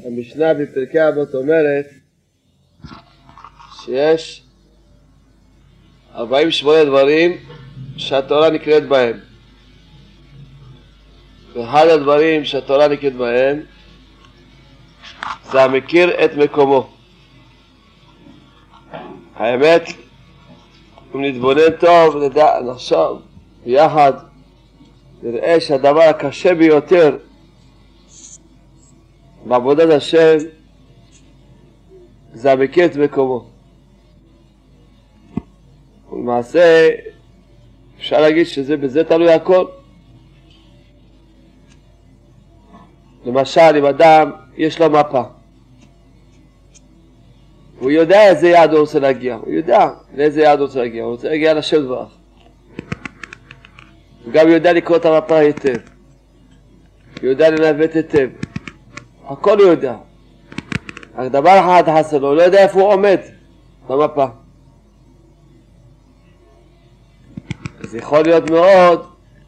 המשנה בפרקי אבות אומרת שיש 48 דברים שהתורה נקראת בהם, ואחד הדברים שהתורה נקראת בהם זה המכיר את מקומו. האמת, אם נתבונן טוב, נחשוב ביחד, נראה שהדבר הקשה ביותר בעבודת השם זה המכיר את מקומו. ולמעשה אפשר להגיד בזה תלוי הכל. למשל, אם אדם יש לו מפה, הוא יודע איזה יעד הוא רוצה להגיע, הוא יודע לאיזה יעד הוא רוצה להגיע, הוא רוצה להגיע לשם דברך. הוא גם יודע לקרוא את המפה היטב, הוא יודע לנווט היטב, הכל הוא יודע. רק דבר אחד חסר לו, הוא לא יודע איפה הוא עומד במפה. אז יכול להיות מאוד,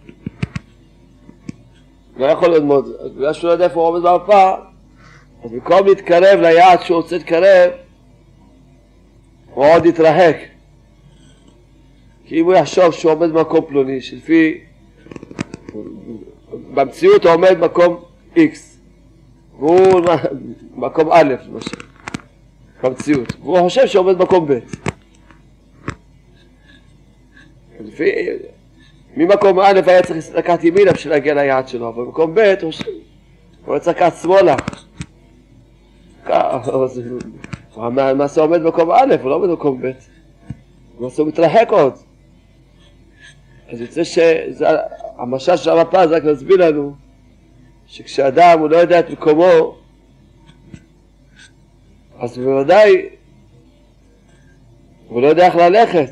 לא יכול להיות מאוד, בגלל שהוא לא יודע איפה הוא עומד במפה, אז במקום להתקרב ליעד שהוא רוצה להתקרב, הוא עוד יתרחק. כי אם הוא יחשוב שהוא עומד במקום פלוני, שלפי במציאות הוא עומד במקום X, והוא במקום א' למשל, במציאות, והוא חושב שהוא עומד במקום ב'. ממקום א' היה צריך לקחת ימינה בשביל להגיע ליעד שלו, אבל במקום ב' הוא צריך לקחת שמאלה. למעשה עומד במקום א', הוא לא עומד במקום ב', למעשה הוא מתרחק עוד. אז יוצא שהמשל של המפה זה רק להסביר לנו שכשאדם הוא לא יודע את מקומו, אז בוודאי הוא לא יודע איך ללכת.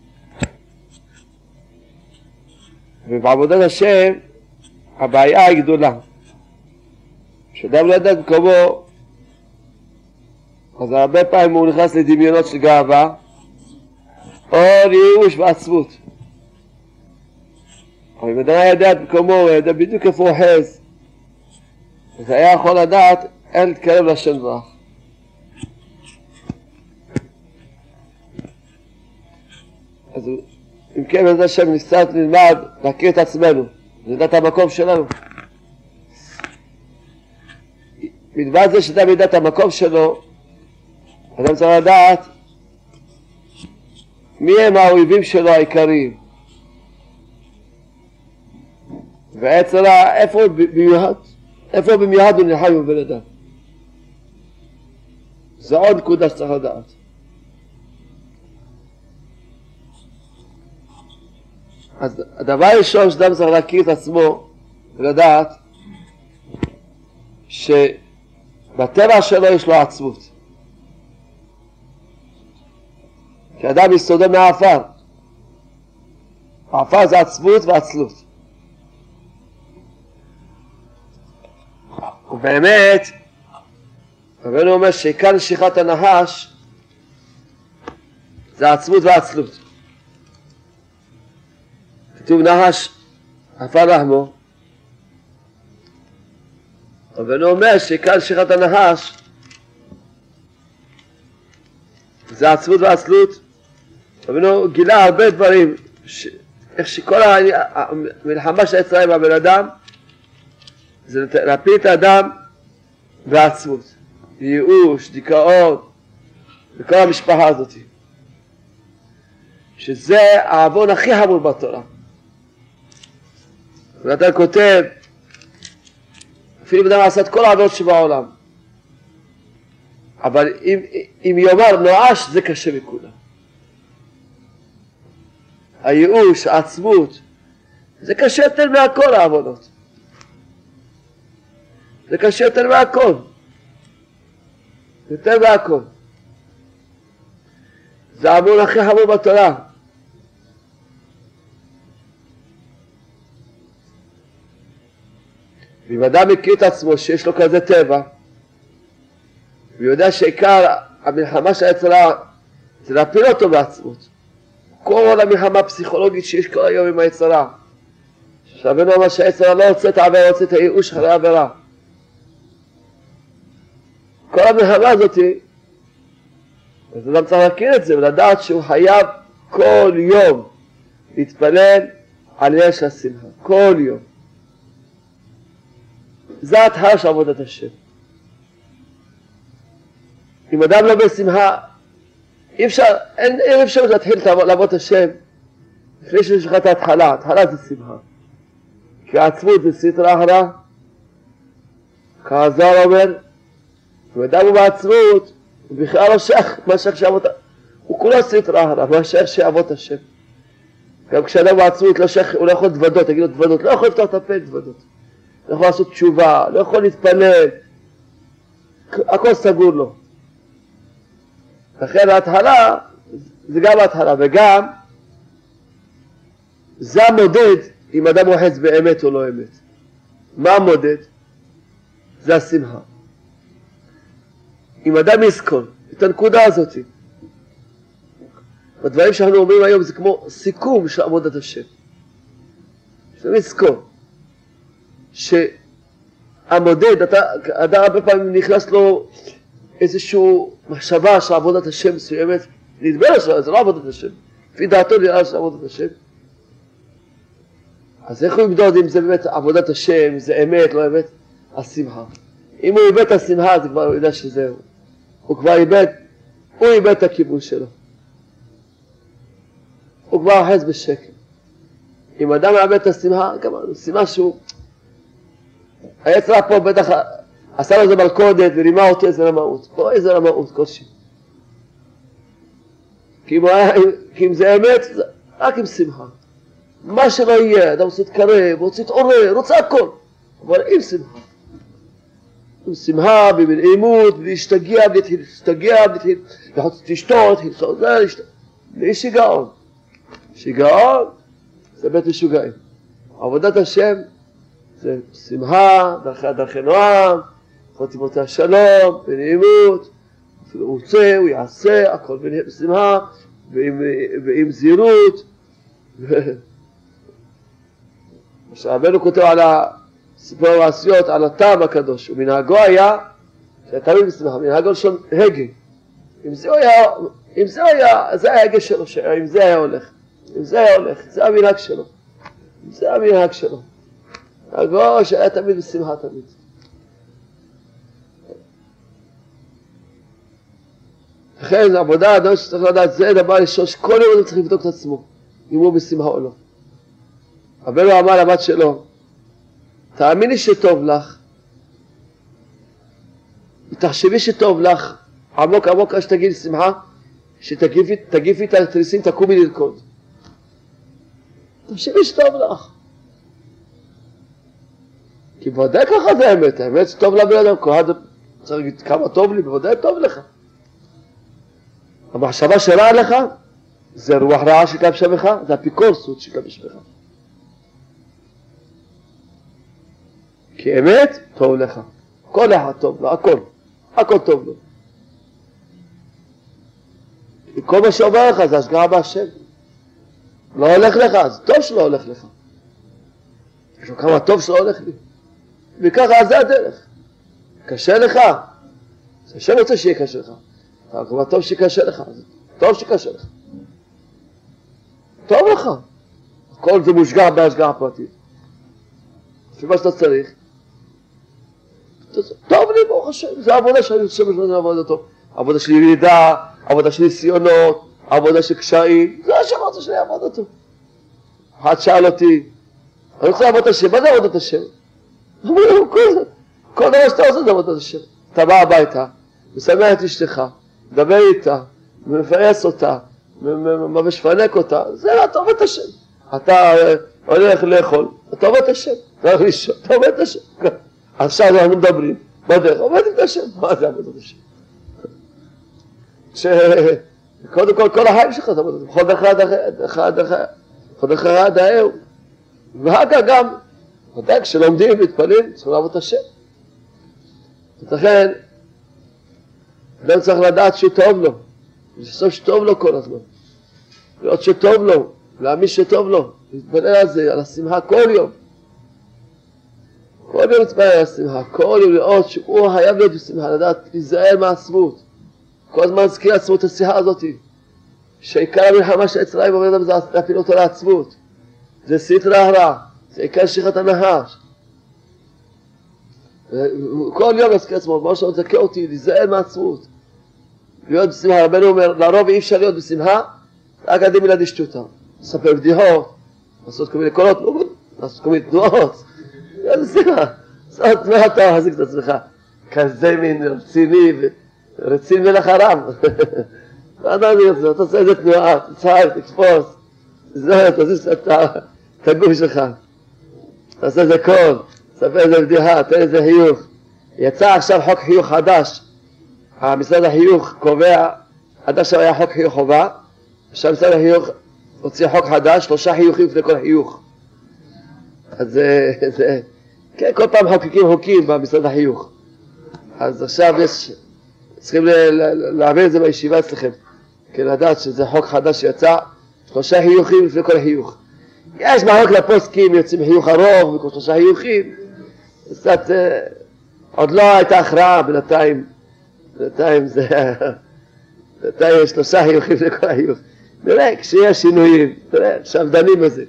ובעבודת השם הבעיה היא גדולה. כשאדם לא יודע את מקומו, אז הרבה פעמים הוא נכנס לדמיונות של גאווה או לייאוש ועצבות. אבל אם אדם יודע את מקומו, הוא יודע בדיוק איפה הוא חז, אז היה יכול לדעת איך להתקרב לשם דברך. אז אם כן, בעזרת השם ניסה נלמד להכיר את עצמנו, לדעת את המקום שלנו. מלבד זה שאדם ידע את המקום שלו, אדם צריך לדעת מי הם האויבים שלו העיקריים. ועצם איפה במיוחד הוא נלחם עם בן אדם. זה עוד נקודה שצריך לדעת. אז הדבר הראשון שאדם צריך להכיר את עצמו ולדעת שבטבע שלו יש לו עצמות. כי אדם יסודו מהעפר. העפר זה עצמות ועצלות. ובאמת, רבנו אומר שעיקר נשיכת הנחש זה עצמות ועצלות. כתוב נחש עפר לחמו. רבנו אומר שעיקר נשיכת הנחש זה עצמות ועצלות. רבנו גילה הרבה דברים, איך שכל המלחמה של יצר עם הבן אדם זה להפיל את האדם בעצמות, ייאוש, דיכאון, וכל המשפחה הזאת, שזה העוון הכי חמור בתורה. ואתה כותב, אפילו אדם עשה את כל העוונות שבעולם, אבל אם יאמר נואש, זה קשה מכולם. הייאוש, העצמות, זה קשה יותר מהכל העוונות. זה קשה יותר מהכל. יותר מהכל. זה העוון הכי חמור בתורה. ואם אדם מכיר את עצמו שיש לו כזה טבע, הוא יודע שעיקר המלחמה של היצרה זה להפיל אותו בעצמות. כל המלחמה הפסיכולוגית שיש כל היום עם היצרה. שרבנו אומר שהיצרה לא רוצה את העבירה, רוצה את הייאוש אחרי העבירה. כל המלחמה הזאת, אז אדם צריך להכיר את זה ולדעת שהוא חייב כל יום להתפלל על עניין של השמחה, כל יום. זה ההתחלה של עבודת השם. אם אדם לא בשמחה, אין אפשרות להתחיל לעבוד את השם לפני שיש לך את ההתחלה. ההתחלה זה שמחה. כי העצמות זה סטרא אחרא, כזוהר אומר, אם אדם הוא בעצמות, הוא בכלל לא שייך מה שייך שעבוד, הוא כולו סטרא אחרא, מה שייך שעבוד את השם. גם כשאדם בעצמות לא שייך, הוא לא יכול דוודות, תגיד לו דוודות, לא יכול לפתוח את הפה דוודות, לא יכול לעשות תשובה, לא יכול להתפלל, הכל סגור לו. לכן ההתחלה, זה גם ההתחלה, וגם זה המודד אם אדם רוחץ באמת או לא אמת. מה המודד? זה השמחה. אם אדם יזכור את הנקודה הזאת, בדברים שאנחנו אומרים היום זה כמו סיכום של עבודת השם. שאתה יזכור שהמודד, אדם הרבה פעמים נכנס לו איזשהו מחשבה של עבודת השם מסוימת, נדבר שלו, זה לא עבודת השם. לפי דעתו נראה של עבודת השם. אז איך הוא ימדוד אם זה באמת עבודת השם, זה אמת, לא אמת? השמחה. אם הוא איבד את השמחה, אז כבר הוא יודע שזהו. הוא כבר איבד את הכיבוש שלו. הוא כבר אחז בשקל. אם אדם מאבד את השמחה, גם השמחה שהוא... היצרה פה בטח עשה לו איזה מלכודת ורימה אותו איזה רמאות. פה איזה רמאות כלשהי. כי אם זה אמת, רק עם שמחה. מה שלא יהיה, אדם רוצה להתקרב, רוצה להתעורר, רוצה הכל. אבל עם שמחה. עם שמחה, בנעימות, להשתגע, להשתגע, לשתות, בלי שיגעון. שיגעון זה בית משוגעים. עבודת השם זה שמחה, דרכי נועם, חתימות השלום, בנעימות, אפילו הוא רוצה, הוא יעשה, הכל בשמחה, ועם זהירות. רבנו כותב על סיפור המעשיות, על הטעם הקדוש, ומנהגו היה, תמיד בשמחה, מנהגו לשון הגה. אם זה היה, זה היה הגה שלו, אם זה היה הולך. אם זה היה הולך, זה המנהג שלו. זה המנהג שלו. מנהגו שהיה תמיד בשמחה תמיד. לכן עבודה, אדם שצריך לדעת, זה דבר ראשון שכל יום אדם צריך לבדוק את עצמו, אם הוא בשמחה או לא. רבנו אמר לבת שלו, תאמיני שטוב לך, תחשבי שטוב לך, עמוק עמוק שתגידי שמחה, שתגיפי את התריסים, תקומי לרקוד. תחשבי שטוב לך. כי בוודאי ככה זה האמת, האמת שטוב לבן אדם, כל אחד צריך להגיד כמה טוב לי, בוודאי טוב לך. המחשבה שרע עליך, זה רוח רעה שקם בשמך, זה אפיקורסות שקם בשמך. כי אמת, טוב לך. כל אחד טוב לו, הכל טוב לו. וכל מה שאומר לך זה השגחה בהשם. לא הולך לך, אז טוב שלא הולך לך. יש לו כמה טוב שלא הולך לי. וככה זה הדרך. קשה לך, אז השם רוצה שיהיה קשה לך. אבל כמה טוב שקשה לך, אז טוב שקשה לך. טוב לך. הכל זה מושגח בהשגחה פרטית. לפי מה שאתה צריך. טוב לי, ברוך השם, זה העבודה שאני חושב שזה עבודה טוב. עבודה של ירידה, עבודה של ניסיונות, עבודה של קשיים, זה השם שאני אעבוד אותו. אחד שאל אותי, אני רוצה לעבוד את השם, מה זה עבודת השם? כל דבר שאתה עושה זה עבודת השם. אתה בא הביתה, משמח את אשתך, מדבר איתה, מפרס אותה, משפנק אותה, זה אתה עובד את השם. אתה הולך לאכול, אתה עובד את השם. אתה הולך לישון, אתה עובד את השם. עכשיו אנחנו מדברים, בדרך, עובד את השם. מה זה עבודת השם? קודם כל החיים שלך, חוד אחד האהו. ואחר גם, ודאי כשלומדים ומתפלים, צריכים לעבוד את השם. לכן, אדם צריך לדעת שהוא טוב לו, לסוף שטוב לו כל הזמן. לראות שטוב לו, להאמין שטוב לו, להתפלל על זה, על השמחה כל יום. כל יום להתפלל על השמחה, כל יום לראות שהוא חייב להיות בשמחה, לדעת, להיזהר מהעצמות. כל הזמן להזכיר לעצמו את השיחה הזאת, שעיקר המלחמה של יצרים אומר להם זה להפיל אותו לעצמות. זה סטרא אחרא, זה עיקר שכחת הנחש. כל יום להזכיר לעצמו, מה שאני מזכה אותי, להיזהר מהעצמות. להיות בשמחה, רבנו אומר, לרוב אי אפשר להיות בשמחה, רק עדים ילד ישתותם. לספר בדיחות, לעשות כל מיני קולות, לעשות כל מיני תנועות. זה שמחה, לעשות תנועה אתה מחזיק את עצמך. כזה מין רציני מלך הרם. אתה עושה איזה תנועה, תצער, תקפוץ, תזיז את הגוף שלך. תעשה איזה קול, תספר איזה בדיחה, תן איזה חיוך. יצא עכשיו חוק חיוך חדש. משרד החינוך קובע, עד עכשיו היה חוק חיוך חובה, עכשיו משרד החינוך הוציא חוק חדש, 3 חיוכים לפני כל חיוך. אז זה, כן, כל פעם חוקקים חוקים במשרד החינוך. אז עכשיו צריכים להעביר את זה בישיבה אצלכם, כדי לדעת שזה חוק חדש שיצא, 3 חיוכים לפני כל חיוך. יש מחלוק לפוסקים, יוצאים חיוך ארוך וכל 3 חיוכים, קצת, עוד לא הייתה הכרעה בינתיים. בינתיים יש 3 חיוכים לכל החיוך. נראה, כשיש שינויים, נראה, עכשיו דנים בזה.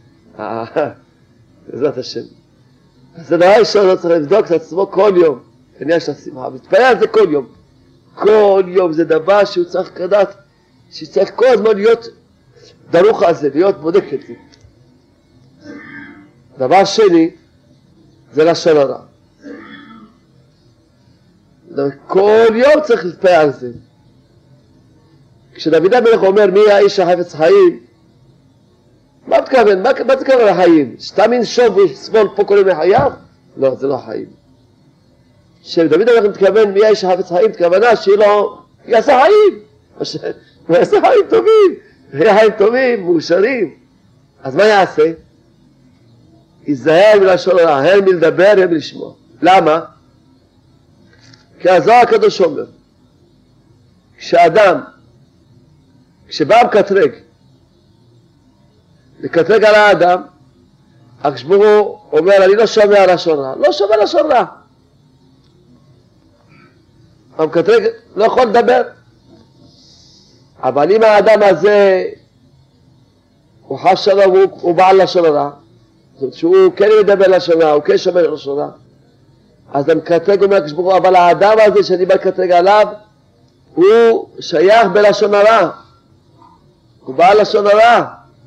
בעזרת השם. אז זה דבר ראשון, לא צריך לבדוק את עצמו כל יום. עניין של השמחה. מתפלל על זה כל יום. כל יום זה דבר שהוא צריך לדעת, שצריך כל הזמן להיות דרוך על זה, להיות בודק את זה. דבר שני, זה לשון הרע. כל יום צריך להתפלל על זה. כשדוד המלך אומר מי האיש החפץ חיים, מה מתכוון? מה מתכוון לחיים? סתם ינשום ויסבול פה כל ימי חייו? לא, זה לא חיים. כשדוד המלך מתכוון מי האיש החפץ חיים, מתכוונה שלא יעשה חיים. הוא יעשה חיים טובים. יהיה חיים טובים, מאושרים. אז מה יעשה? ייזהר מלשון הרע, הן מלדבר, הן מלשמוע. למה? כי הזוהר הקדוש אומר, כשבא מקטרג, לקטרג על האדם, הקדוש ברוך הוא אומר, אני לא שומע לשון רע, לא שומע לשון רע. המקטרג לא יכול לדבר. אבל אם האדם הזה, הוא חש שלום, הוא בעל לשון רע, זאת אומרת שהוא כן מדבר לשון רע, הוא כן שומע לשון רע, אז המקטרג אומר הקדוש ברוך הוא, אבל האדם הזה שאני בא לקטרג עליו, הוא שייך בלשון הרע, הוא בעל לשון הרע,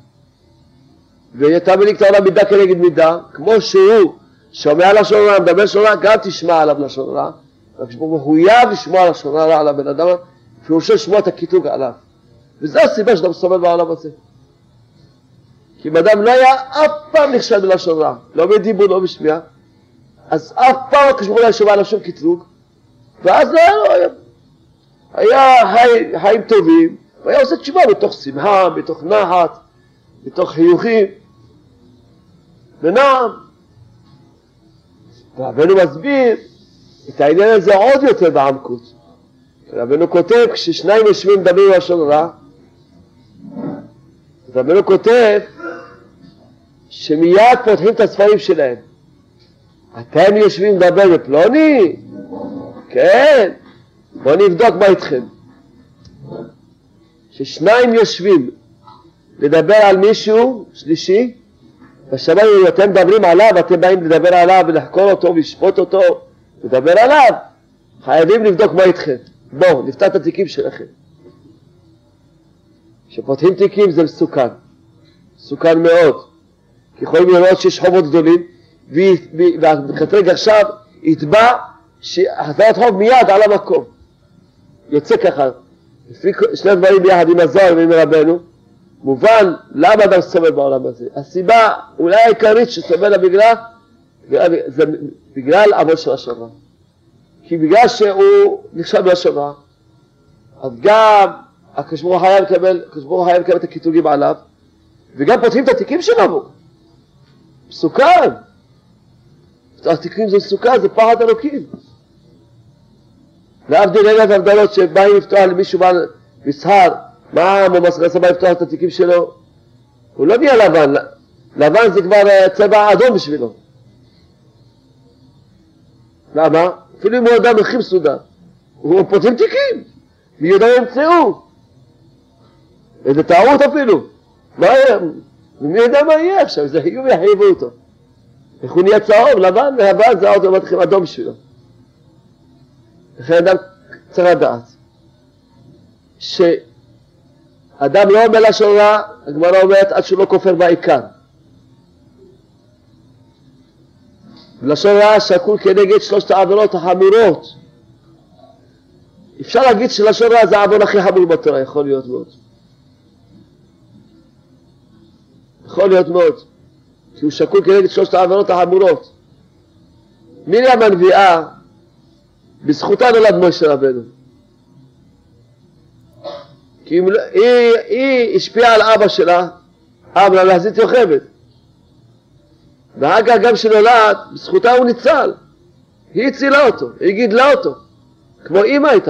ויתאמן לקטור עליו מידה כנגד מידה, כמו שהוא שומע לשון רע, מדבר לשון רע, גם תשמע עליו לשון רע, הקדוש ברוך הוא מחויב לשמוע לשון רע על הבן אדם, שהוא רוצה לשמוע את הקטרוג עליו, וזו הסיבה שאתה מסתובב בעולם הזה. כי אם אדם לא היה אף פעם נכשל בלשון רע, לא בדיבור, לא בשמיעה, אז אף פעם הקדוש ברוך הוא לא שומע עליו שום קטרוג, ואז לא היה חיים טובים, והיה עושה תשובה בתוך שמחה, בתוך נחת, בתוך חיוכים, ונעם. רבנו מסביר את העניין הזה עוד יותר בעמקות. רבנו כותב, כששניים יושבים מדברים בלשון רע, רבנו כותב שמיד פותחים את הספרים שלהם. אתם יושבים לדבר בפלוני? כן. בואו נבדוק מה איתכם. ששניים יושבים לדבר על מישהו שלישי, ושמענו אתם מדברים עליו, אתם באים לדבר עליו ולחקור אותו ולשפוט אותו, לדבר עליו, חייבים לבדוק מה איתכם. בואו, נפתח את התיקים שלכם. כשפותחים תיקים זה מסוכן, מסוכן מאוד, כי יכולים לראות שיש חובות גדולים, והקטרג עכשיו יתבע שהחזרת חוב מיד על המקום. יוצא ככה, לפי שני דברים ביחד עם הזוהר ועם רבנו, מובן למה אדם סובל בעולם הזה. הסיבה אולי העיקרית שסובל זה בגלל עבוד של לשון רע. כי בגלל שהוא נחשב בלשון רע, אז גם הקדוש ברוך הוא חייב לקבל את הקטרוגים עליו, וגם פותחים את התיקים שלנו. מסוכן. התיקים זה מסוכן, זה פחד אלוקים. להבדיל אלף הבדלות שבאים לפתוח למישהו מסחר, מע"מ או מס הכנסה בא לפתוח את התיקים שלו, הוא לא נהיה לבן, לבן זה כבר צבע אדום בשבילו. אז הוא לא יכול לפתוח את התיקים שלו. למה? כי הוא לא יודע, הוא לא יודע למה? אפילו אם הוא אדם הכי מסודר, הוא פותחים תיקים, מי יודע ימצאו, איזה טעות אפילו, ומי יודע מה יהיה עכשיו, זה חיוב יחייבו אותו, איך הוא נהיה צהוב, לבן, והבן זה אוטומטית אדום בשבילו. לכן אדם צריך לדעת שאדם לא אומר לשון רע, הגמרא אומרת עד שהוא לא כופר בעיקר. לשון רע שקול כנגד שלושת העבירות החמורות. אפשר להגיד שלשון רע זה העוון הכי חמור בתורה, יכול להיות מאוד. יכול להיות מאוד, כי הוא שקול כנגד שלושת העבירות החמורות. מרים הנביאה, בזכותה נולד משה רבנו. כי היא השפיעה על אבא שלה, אבא להזית יוכבד. ואגב גם שנולד, בזכותה הוא ניצל. היא הצילה אותו, היא גידלה אותו, כמו אמא הייתה.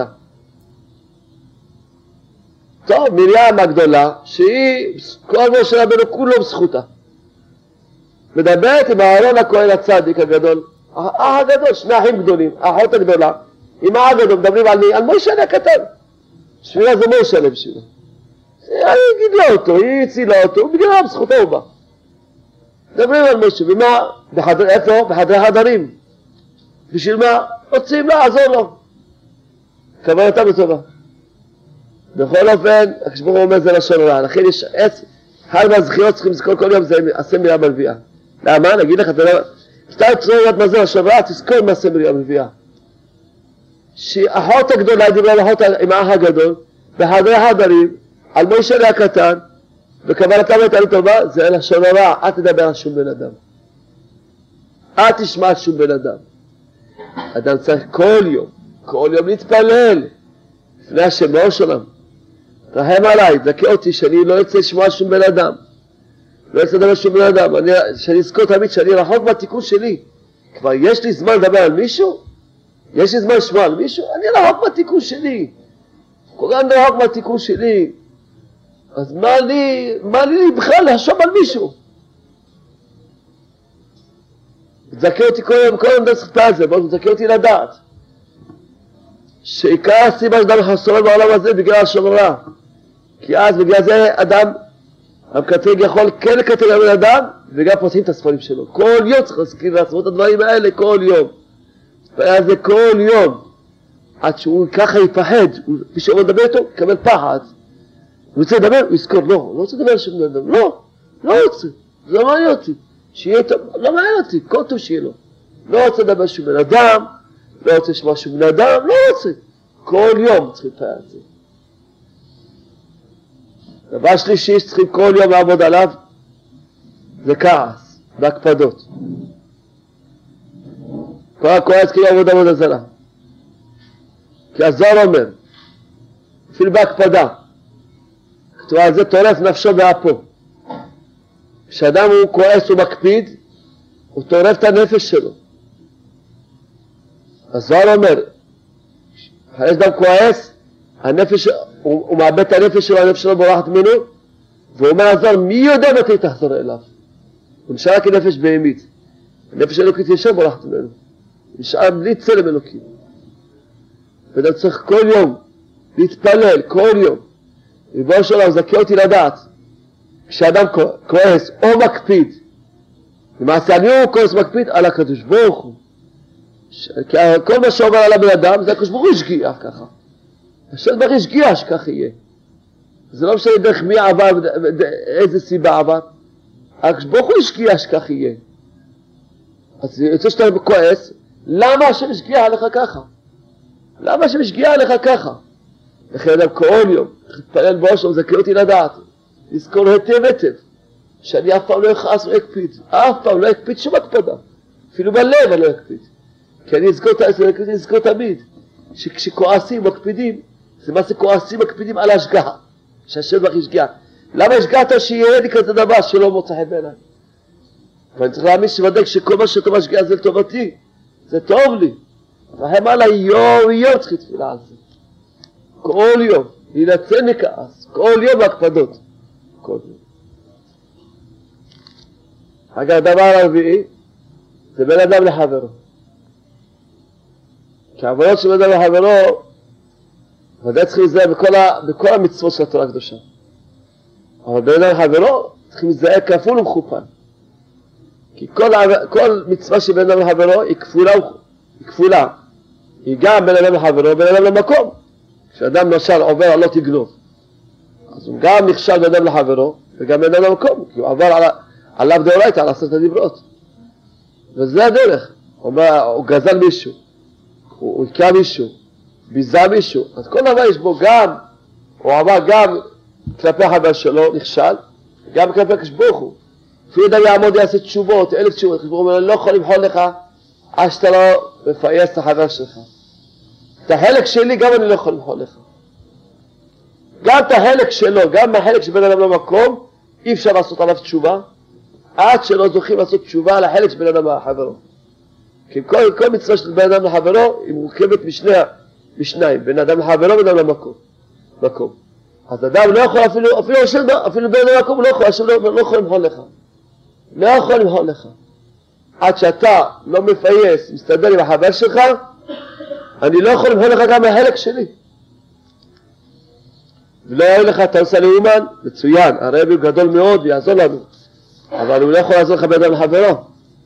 טוב, מרים הגדולה, שהיא, כל משה רבנו כולו בזכותה. מדברת עם אהרון הכהן הצדיק הגדול, האח הגדול, שני אחים גדולים, האחות הגדולה, עם האח הגדול, מדברים על מי? על משה הקטן. בשבילה זה משה בשבילה. היא גידלה אותו, היא הצילה אותו, בגלל בזכותו הוא בא. מדברים על משה, ומה? איפה? בחדרי חדרים. בשביל מה? רוצים לעזור לו. כוונתה בטובה. בכל אופן, הקשבור אומר זה לשון רע. לכן יש עץ, אחד מהזכיות צריכים לזכור כל יום, זה עשה מרים הנביאה. למה? נגיד לך, אתה רוצה להיות מה זה לשון רע, תזכור מה עשה מרים הנביאה. שהאחות הגדולה דיברה על האחות עם האח הגדול, בחדרי חדרים, על משה הקטן, וכוונתה הייתה לטובה, זה לשון הרע, אל תדבר על שום בן אדם. אל תשמע על שום בן אדם. אדם צריך כל יום להתפלל, לפני השם בראש עולם. רחם עליי, תזכה אותי שאני לא יוצא לשמוע על שום בן אדם. לא יוצא לדבר על שום בן אדם, שאני אזכור תמיד שאני רחוק מהתיקון שלי. כבר יש לי זמן לדבר על מישהו? יש לי זמן לשמוע על מישהו? אני רחוק מהתיקון שלי. כל כך רחוק מהתיקון שלי. אז מה לי בכלל לחשוב על מישהו? תזכה אותי כל יום דסקת על זה, בואו תזכה אותי לדעת. שעיקר הסיבה שאדם חסורן בעולם הזה בגלל לשון רע. כי אז בגלל זה אדם, המקטרג יכול כן לקטרג על בן אדם, וגם פותחים את הספרים שלו. כל יום צריך להזכיר לעצמו את הדברים האלה, כל יום. ואז זה כל יום. עד שהוא ככה יפחד, מי שאומר לדבר איתו, יקבל פחד. הוא רוצה לדבר, הוא יזכור, לא רוצה לדבר על שום בן אדם, לא רוצה, זה לא מעניין אותי. שיהיה טוב, לא מעניין אותי, כל טוב שיהיה לו. לא רוצה לדבר על שום בן אדם, לא רוצה לשמוע שום בן אדם, לא רוצה. כל יום צריכים להתפעל על זה. דבר שלישי שצריכים כל יום לעבוד עליו, זה כעס, בהקפדות. כל הכועס כאילו עבוד עבודה זרה. כי הזוהר אומר, אפילו בהקפדה, כתוב על זה טורף נפשו באפו. כשאדם הוא כועס ומקפיד, הוא טורף את הנפש שלו. הזוהר אומר, אחרי שאדם כועס, הוא מאבד את הנפש שלו, הנפש שלו בורחת ממנו, והוא אומר הזוהר, מי יודע מתי תחזור אליו? הוא נשאר כנפש בהמית. הנפש אלוקית ישר בורחת ממנו. הוא נשאר בלי צלם אלוקים. ואדם צריך כל יום להתפלל, כל יום. ריבונו של עולם, זכה אותי לדעת, כשאדם כועס או מקפיד, למעשה אני הוא כועס מקפיד על הקדוש ברוך הוא. כי כל מה שאומר על הבן אדם, זה הקדוש ברוך הוא השגיח ככה. השם ברוך השגיח שכך יהיה. זה לא משנה דרך מי עבר, איזה סיבה עבר. הקדוש ברוך הוא השגיח שכך יהיה. אז יוצא שאתה כועס, למה השם השגיח עליך ככה? למה השם השגיח עליך ככה? לכן אדם כל יום, תתפלל בראש שלו, זכה אותי לדעת, לזכור היטב, שאני אף פעם לא יכעס או אקפיד, אף פעם לא אקפיד שום הקפדה, אפילו בלב אני לא אקפיד, כי אני אזכור תמיד, שכשכועסים מקפידים, זה מה זה כועסים מקפידים על ההשגחה, שהשם לך השגח. למה השגחת שיהיה לי כזה דבר שלא מוצא חן בעיניי? ואני צריך להאמין שוודאי שכל מה שאתה משגח זה לטובתי, זה טוב לי, רחם עליי יום צריך תפילה על זה. כל יום, להינצל מכעס, כל יום בהקפדות, כל יום. אגב, הדבר הרביעי, זה בין אדם לחברו. כי העבודות של אדם לחברו, ודאי צריכים להיזהר בכל המצוות של התורה הקדושה. אבל בין אדם לחברו, צריכים להיזהר כפול ומכופל. כי כל מצווה של בין אדם לחברו היא כפולה. היא גם בין אדם לחברו ובין אדם למקום. כשאדם למשל עובר לא תגנוב, אז הוא גם נכשל בין אדם לחברו וגם בין אדם למקום, כי הוא עבר עליו דאורייתא, על 10 הדיברות. וזה הדרך. הוא גזל מישהו, הוא הכה מישהו, ביזה מישהו, אז כל דבר יש בו גם, הוא עבר גם כלפי החבר שלו, נכשל, גם כלפי הקדוש ברוך הוא. אפילו אדם יעמוד יעשה תשובות, 1000 תשובות, הקדוש ברוך הוא אומר, אני לא יכול למחול לך עד שאתה לא מפייס את החבר שלך. את החלק שלי גם אני לא יכול למחול לך. גם את החלק שלו, גם החלק שבין אדם למקום, אי אפשר לעשות עליו תשובה, עד שלא זוכים לעשות תשובה על החלק שבין אדם לחברו. כי כל מצווה של בין אדם לחברו היא מורכבת משניים, בין אדם לחברו ובין אדם למקום. אז אדם לא יכול אפילו בין אדם למקום, לא יכול למחול לך. לא יכול למחול לך. עד שאתה לא מפייס, מסתדר עם החבר שלך, אני לא יכול למחול לך גם מהחלק שלי. ולא יהיה לך, אתה עושה לאומן, מצוין, הרבי הוא גדול מאוד ויעזור לנו. אבל הוא לא יכול לעזור לך בין אדם לחברו.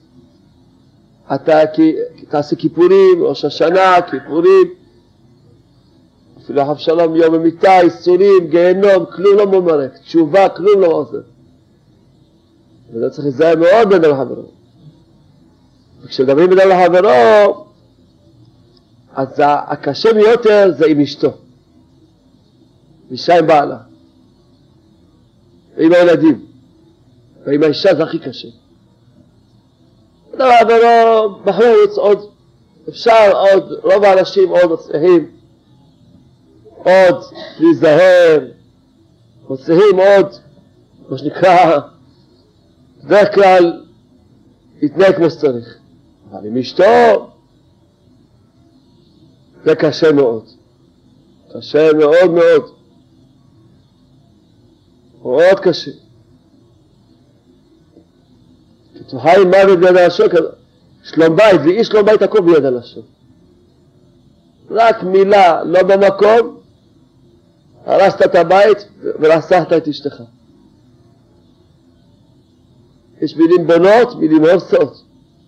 אתה תעשה כיפורים, ראש השנה, כיפורים, אפילו חב שלום, יום המיטה, איסורים, גיהנום, כלום לא ממרק, תשובה, כלום לא עושה. וזה צריך להיזהר מאוד בין אדם לחברו. וכשמדברים בין אדם לחברו, אז הקשה ביותר זה עם אשתו. אישה עם בעלה. ועם הילדים. ועם האישה זה הכי קשה. אבל בחוץ עוד, אפשר עוד, רוב האנשים עוד מצליחים, עוד להיזהר, מצליחים עוד, מה שנקרא, בדרך כלל, להתנהג כמו שצריך. אבל עם אשתו, זה קשה מאוד. קשה מאוד מאוד. מאוד קשה. כתוחה עם מוות ביד הלשון, שלום בית, ואיש שלום בית הכל ביד הלשון. רק מילה לא במקום, הרסת את הבית ורסחת את אשתך. יש מילים בונות, מילים הורסות.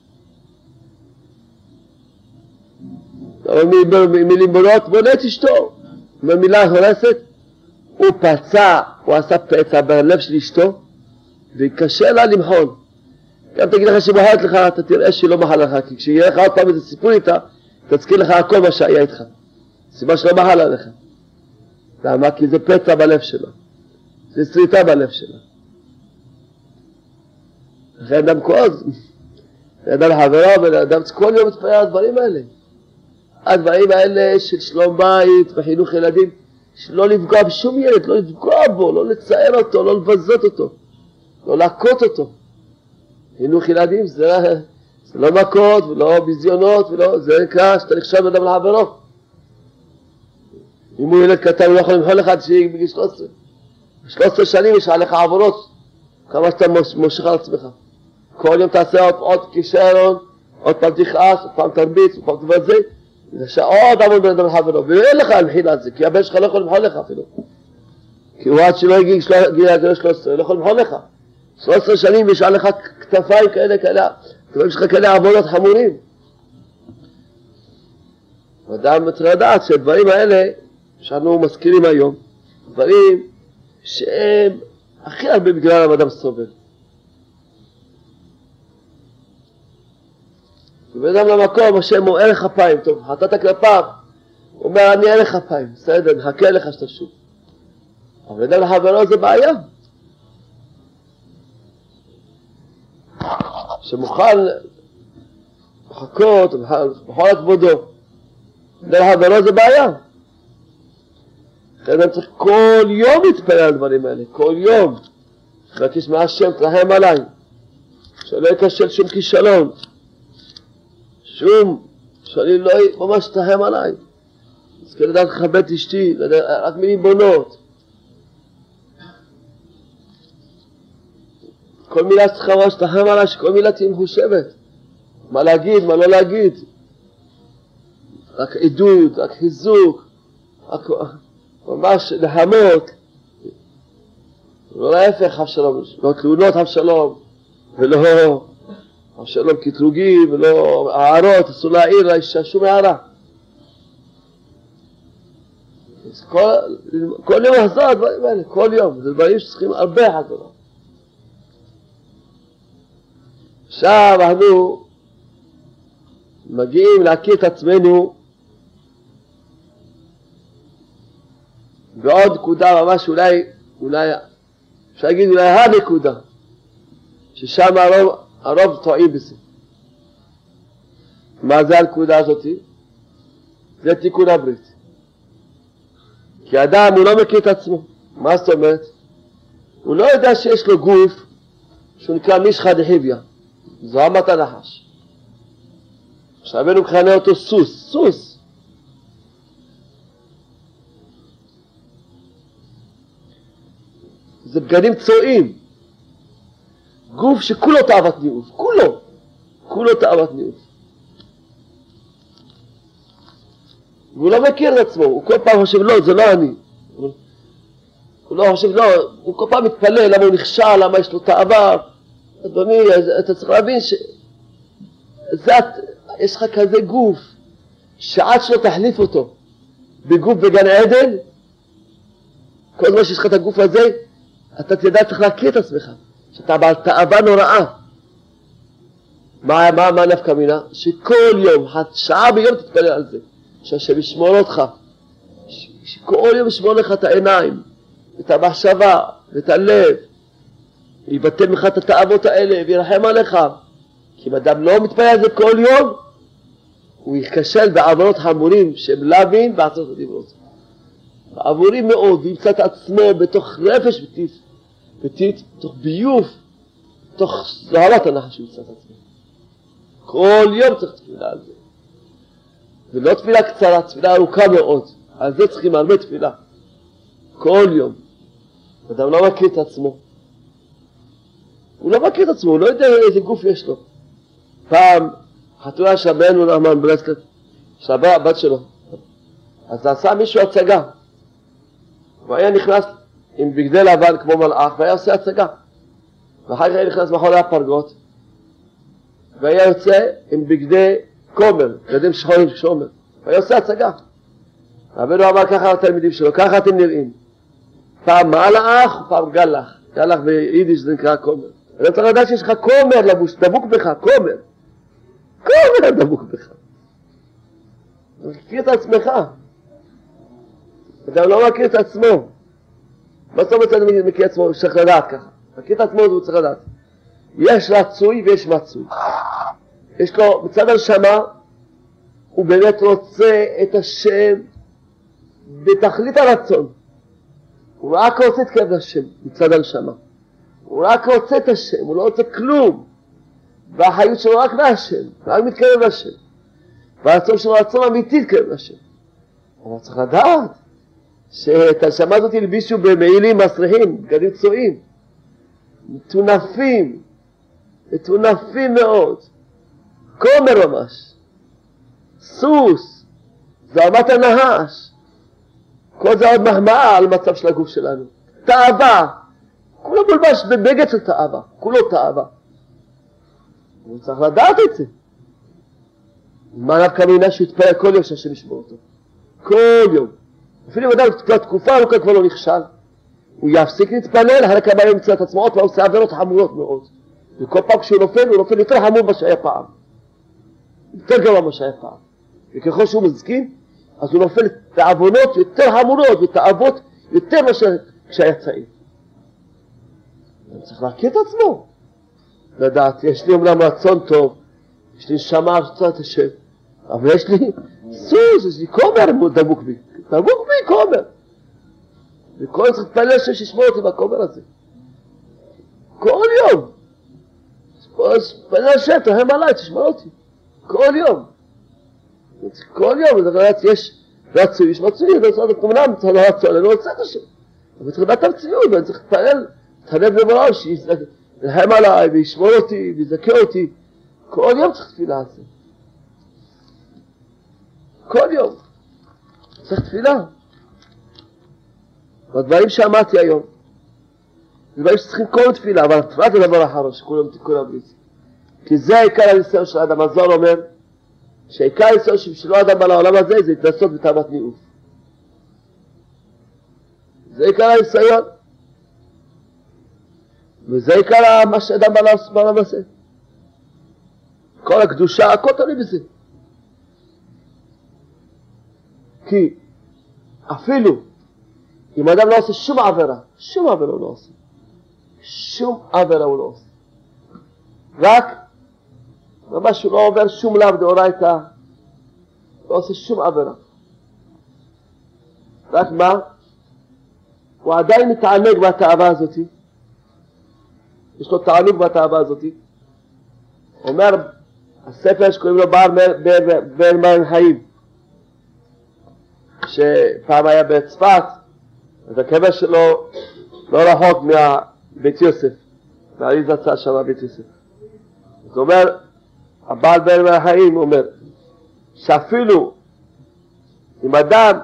מילים בונות, בונה את אשתו. במילה הורסת, הוא פצע, הוא עשה פצע בלב של אשתו, וקשה לה למחול. גם תגיד לך שמחלת לך, אתה תראה שהיא לא מחלה לך, כי כשיהיה לך עוד פעם איזה סיפור איתה, תזכיר לך הכל מה שהיה איתך. סיבה שלא מחלה לך. למה? כי זה פצע בלב שלו. זה שריטה בלב שלו. אחרי אדם כעוז, אדם לחברו, ואדם כל יום מתפעל על הדברים האלה. הדברים האלה של שלום בית וחינוך ילדים, שלא לפגוע בשום ילד, לא לפגוע בו, לא לצער אותו, לא לבזות אותו, לא להכות אותו. חינוך ילדים זה לא מכות ולא ביזיונות, זה נקרא שאתה נחשב אדם לחברו. אם הוא ילד קטן הוא לא יכול למחול לך עד שיהיה בגיל 13. 13 שנים יש עליך עבורות, כמה שאתה מושך על עצמך. כל יום תעשה עוד כישרון, עוד פעם תכעס, עוד פעם תרביץ, עוד פעם תבזה. זה עוד עמוד בין אדם לחברו, ואין לך המחיל על זה, כי הבן שלך לא יכול למחול לך אפילו. כי הוא עד שלא הגיע 13, לא יכול למחול לך. 13 שנים יש עליך כתפיים כאלה, יש לך כאלה עבודות חמורים. אדם צריך לדעת שהדברים האלה שאנו מזכירים היום, דברים שהם הכי הרבה בגלל אדם סובל. ובאדם למקום השם הוא ערך אפיים, טוב, חטאת כלפיו, הוא אומר אני ערך אפיים, בסדר, נחכה לך שתשוב. אבל אדם לחברו זה בעיה. שמוכן לחכות בכל הכבודו. אדם לחברו זה בעיה. לכן אדם צריך כל יום להתפלל על הדברים האלה, כל יום. לבקש מהשם תרחם עליי, שלא יקשל שום כישלון. שאני לא ממש תרחם עליי. אז כן לדעת לכבד את אשתי, רק מילים בונות. כל מילה צריכה ממש תרחם עליי, שכל מילה תהיה מחושבת. מה להגיד, מה לא להגיד. רק עידוד, רק חיזוק, רק ממש להמות, לא להפך אבשלום, לא תלונות אבשלום, ולא אבשלום קטרוגים, ולא הערות, אסור להעיר לאישה שום הערה. כל יום לחזור הדברים האלה, כל יום, זה דברים שצריכים הרבה חזרה. עכשיו אנחנו מגיעים להכיר את עצמנו בעוד נקודה ממש אולי אפשר להגיד אולי הנקודה ששם הרוב טועים בזה. מה זה הנקודה הזאת? זה תיקון הברית. כי אדם הוא לא מכיר את עצמו. מה זאת אומרת? הוא לא יודע שיש לו גוף שהוא נקרא משחא דחיביא, זוהמת הנחש. רבנו מכנה אותו סוס. זה בגדים צועים. גוף שכולו תאוות ניאוף, כולו תאוות ניאוף. והוא לא מכיר את עצמו, הוא כל פעם חושב לא, זה לא אני. הוא לא חושב לא, הוא כל פעם מתפלא למה הוא נכשל, למה יש לו תאווה. אדוני, אתה צריך להבין יש לך כזה גוף שעד שלא תחליף אותו בגוף בגן עדן, כל זמן שיש לך את הגוף הזה אתה תדע צריך להכיר את עצמך שאתה בעל תאווה נוראה. מה נפקא מינה? שכל יום, שעה ביום תתפלל על זה, שהשם ישמור אותך, שכל יום ישמור לך את העיניים, את המחשבה ואת הלב, יבטל ממך את התאוות האלה וירחם עליך. כי אם אדם לא מתפלל על זה כל יום, הוא ייכשל בעוונות חמורים שהם להבין בעשרת הדיברות. בעבורים מאוד, וימצא את עצמו בתוך נפש בתוך ביוב, בתוך זוהמת הנחש הוא ימצא את עצמו. כל יום צריך תפילה על זה. ולא תפילה קצרה, תפילה ארוכה מאוד. על זה צריכים הרבה תפילה. כל יום. אדם לא מכיר את עצמו. הוא לא מכיר את עצמו, הוא לא יודע איזה גוף יש לו. פעם חתונה שבנו נחמן ברסלב, שבה הבת שלו. אז עשה מישהו הצגה. הוא היה נכנס עם בגדי לבן כמו מלאך והיה עושה הצגה. ואחר כך היה נכנס מאחורי הפרגות והיה יוצא עם בגדי כומר, בגדים שחורים שומר. והיה עושה הצגה. רבנו אמר ככה לתלמידים שלו, ככה אתם נראים. פעם מלאך ופעם גלח. גלח ביידיש זה נקרא כומר. אני צריך לדעת שיש לך כומר לבוש, דבוק בך, כומר דבוק בך. מכיר את עצמך. אדם לא מכיר את עצמו. מה זאת אומרת אני מכיר את עצמו? הוא צריך לדעת ככה. מכיר את עצמו הוא צריך לדעת. יש רצוי ויש מצוי. יש לו מצד הנשמה, הוא באמת רוצה את השם בתכלית הרצון. הוא רק רוצה להתקרב לשם מצד הנשמה. הוא רק רוצה את השם, הוא לא רוצה כלום. והחיות שלו רק מהשם, רק מתקרב לשם. והרצון שלו רצון אמיתי להתקרב לשם. אבל צריך לדעת שאת הנשמה הזאת ילבישו במעילים מסריחים, בגדים צועים, מטונפים מאוד, כומר ממש, סוס, זוהמת הנחש. כל זה עוד מחמאה על מצב של הגוף שלנו. תאווה, כולו מולבש בבגד של תאווה, כולו תאווה. הוא צריך לדעת את זה. מה נפקא מינה שיתפלל כל יום שהשם ישמור אותו? כל יום. אפילו אם אדם תקופה ארוכה כבר לא נכשל, הוא יפסיק להתפלל, אחרי כמה יום ימצא את עצמו עוד, והוא עושה עבירות חמורות מאוד. וכל פעם כשהוא נופל, הוא נופל יותר חמור מה שהיה פעם. יותר גרוע מה שהיה פעם. וככל שהוא מזקין, אז הוא נופל בעוונות יותר חמורות ותאוות יותר מאשר כשהיה צעיר. הוא צריך להכיר את עצמו. לדעת, יש לי אומנם רצון טוב, יש לי נשמה שצריך את השם, אבל יש לי סוס, יש לי כומר דבוק בי כומר. וכל צריך להתפלל שישמור אותי בכומר הזה. כל יום. אז תפלל השם, תרחם עליי, תשמור אותי. כל יום. כל יום, יש רצוי, יש מצוי, אמנם צריך לרצוי, אני לא רוצה את השם. אבל צריך לדעת המציאות, ואני צריך להתפלל, תחנב למראה, שירחם עליי, וישמור אותי, ויזכה אותי. כל יום צריך תפילה על זה. כל יום צריך תפילה. והדברים שאמרתי היום, דברים שצריכים כל תפילה, אבל התפילה זה דבר אחרון שכולם בליצים. כי זה העיקר הניסיון של האדם. הזוהר אומר שהעיקר הניסיון שבשלו האדם בא לעולם הזה זה התנסות בתאוות ניאוף. זה עיקר הניסיון. וזה עיקר מה שאדם בא לעולם הזה. כל הקדושה, הכל תלוי בזה. כי אפילו אם אדם לא עושה שום עבירה, שום עבירה הוא לא עושה. שום עבירה הוא לא עושה. רק ממש הוא לא עובר שום לאו דאורייתא, לא עושה שום עבירה. רק מה? הוא עדיין מתענג בתאווה הזאת. יש לו תענוג בתאווה הזאת. אומר הספר שקוראים לו באר מים חיים, שפעם היה בצפת, אז הקבר שלו לא רחוק מבית יוסף, מהעיר זצה שם בית יוסף. זאת אומרת, הבעל באר מים חיים אומר שאפילו אם אדם,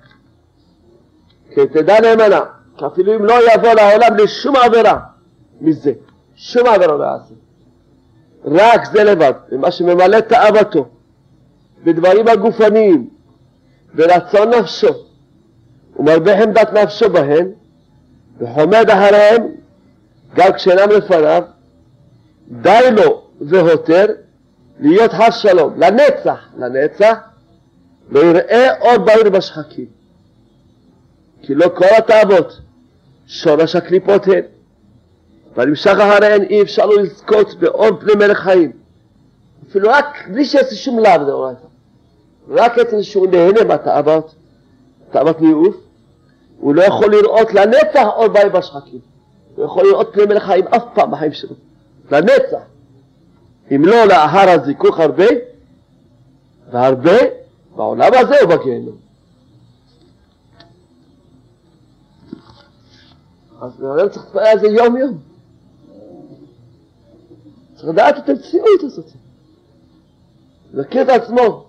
כי תדע נאמנה, אפילו אם לא יבוא לעולם לשום עבירה מזה, שום עבירה לא יעשה, רק זה לבד, ומה שממלא תאוותו בדברים הגופניים, ברצון נפשו, ומרבה חמדת נפשו בהן, וחומד אחריהם, גם כשאינם לפניו, די לו והותר להיות חס שלום, לנצח, לא יראה עוד בעיר בשחקים. כי לא כל התאוות, שורש הקליפות הן, והנמשך אחריהן אי אפשר לו לזכות באור פני מלך חיים. אפילו רק בלי שיעשה שום לאו דאורייתא. רק עצם שהוא נהנה מהתאוות, תאוות ניאוף, הוא לא יכול לראות לנצח אור בעיר בשחקים. הוא יכול לראות פני מלך חיים אף פעם בחיים שלו. לנצח. אם לא לאחר הזיכוך הרבה, והרבה בעולם הזה ובגיהנום. אז אני צריך להתפלל על זה יום יום. צריך לדעת את המציאות הזאת. להכיר את עצמו.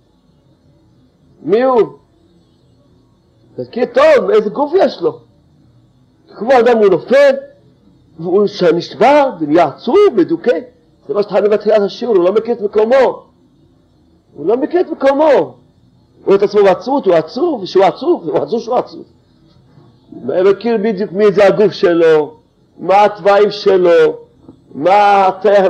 מי הוא? להכיר טוב איזה גוף יש לו. כמו אדם הוא נופל, והוא נשבר, ונהיה עצוב, מדוכא. זה מה שתחלנו בתחילת השיעור, הוא לא מכיר את מקומו. הוא לא מכיר את מקומו. הוא רואה את עצמו בעצבות, הוא עצוב, ושהוא עצוב, הוא עצוב שהוא עצוב. הוא מכיר בדיוק מי זה הגוף שלו, מה התוואים שלו, מה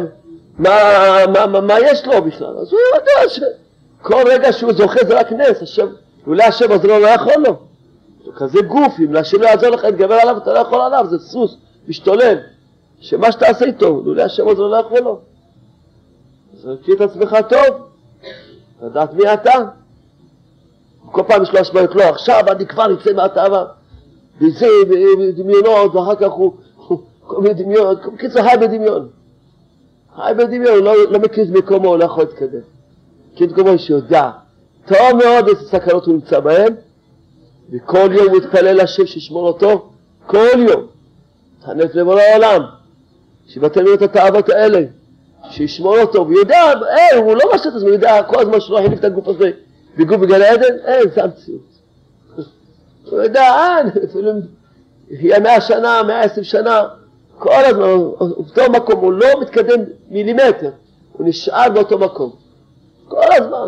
יש לו בכלל. אז הוא יודע שכל רגע שהוא זוכה זה רק נס, אולי השם עזרו לא יכול לו. זה כזה גוף, אם להשם לא יעזור לך, תגבר עליו, אתה לא יכול עליו, זה סוס, משתולל. שמה שתעשה איתו, אולי השם עזרו לא יכול לו. אז מכיר את עצמך טוב, לדעת מי אתה. כל פעם יש לו השמעות, לא, עכשיו אני כבר יצא מהתאווה. וזה דמיונות, ואחר כך הוא כל מיני דמיון, בקיצור חי בדמיון. חי בדמיון, לא מכיר את מקומו, הוא לא יכול להתקדם. מכיר את מקומו שיודע. טוב מאוד איזה סכנות הוא נמצא בהם, וכל יום הוא יתפלל לשם שישמור אותו, כל יום. תחנף לבוא לעולם, שיבטל לו את התאוות האלה, שישמור אותו, ויודע, הוא לא משת עצמו, הוא יודע כל הזמן שלא החליף את הגוף הזה, בגוף בגן העדן, זה המציאות. הוא יודע, אפילו יהיה 100 שנה, 120 שנה, כל הזמן, באותו מקום, הוא לא מתקדם מילימטר, הוא נשאר באותו מקום, כל הזמן.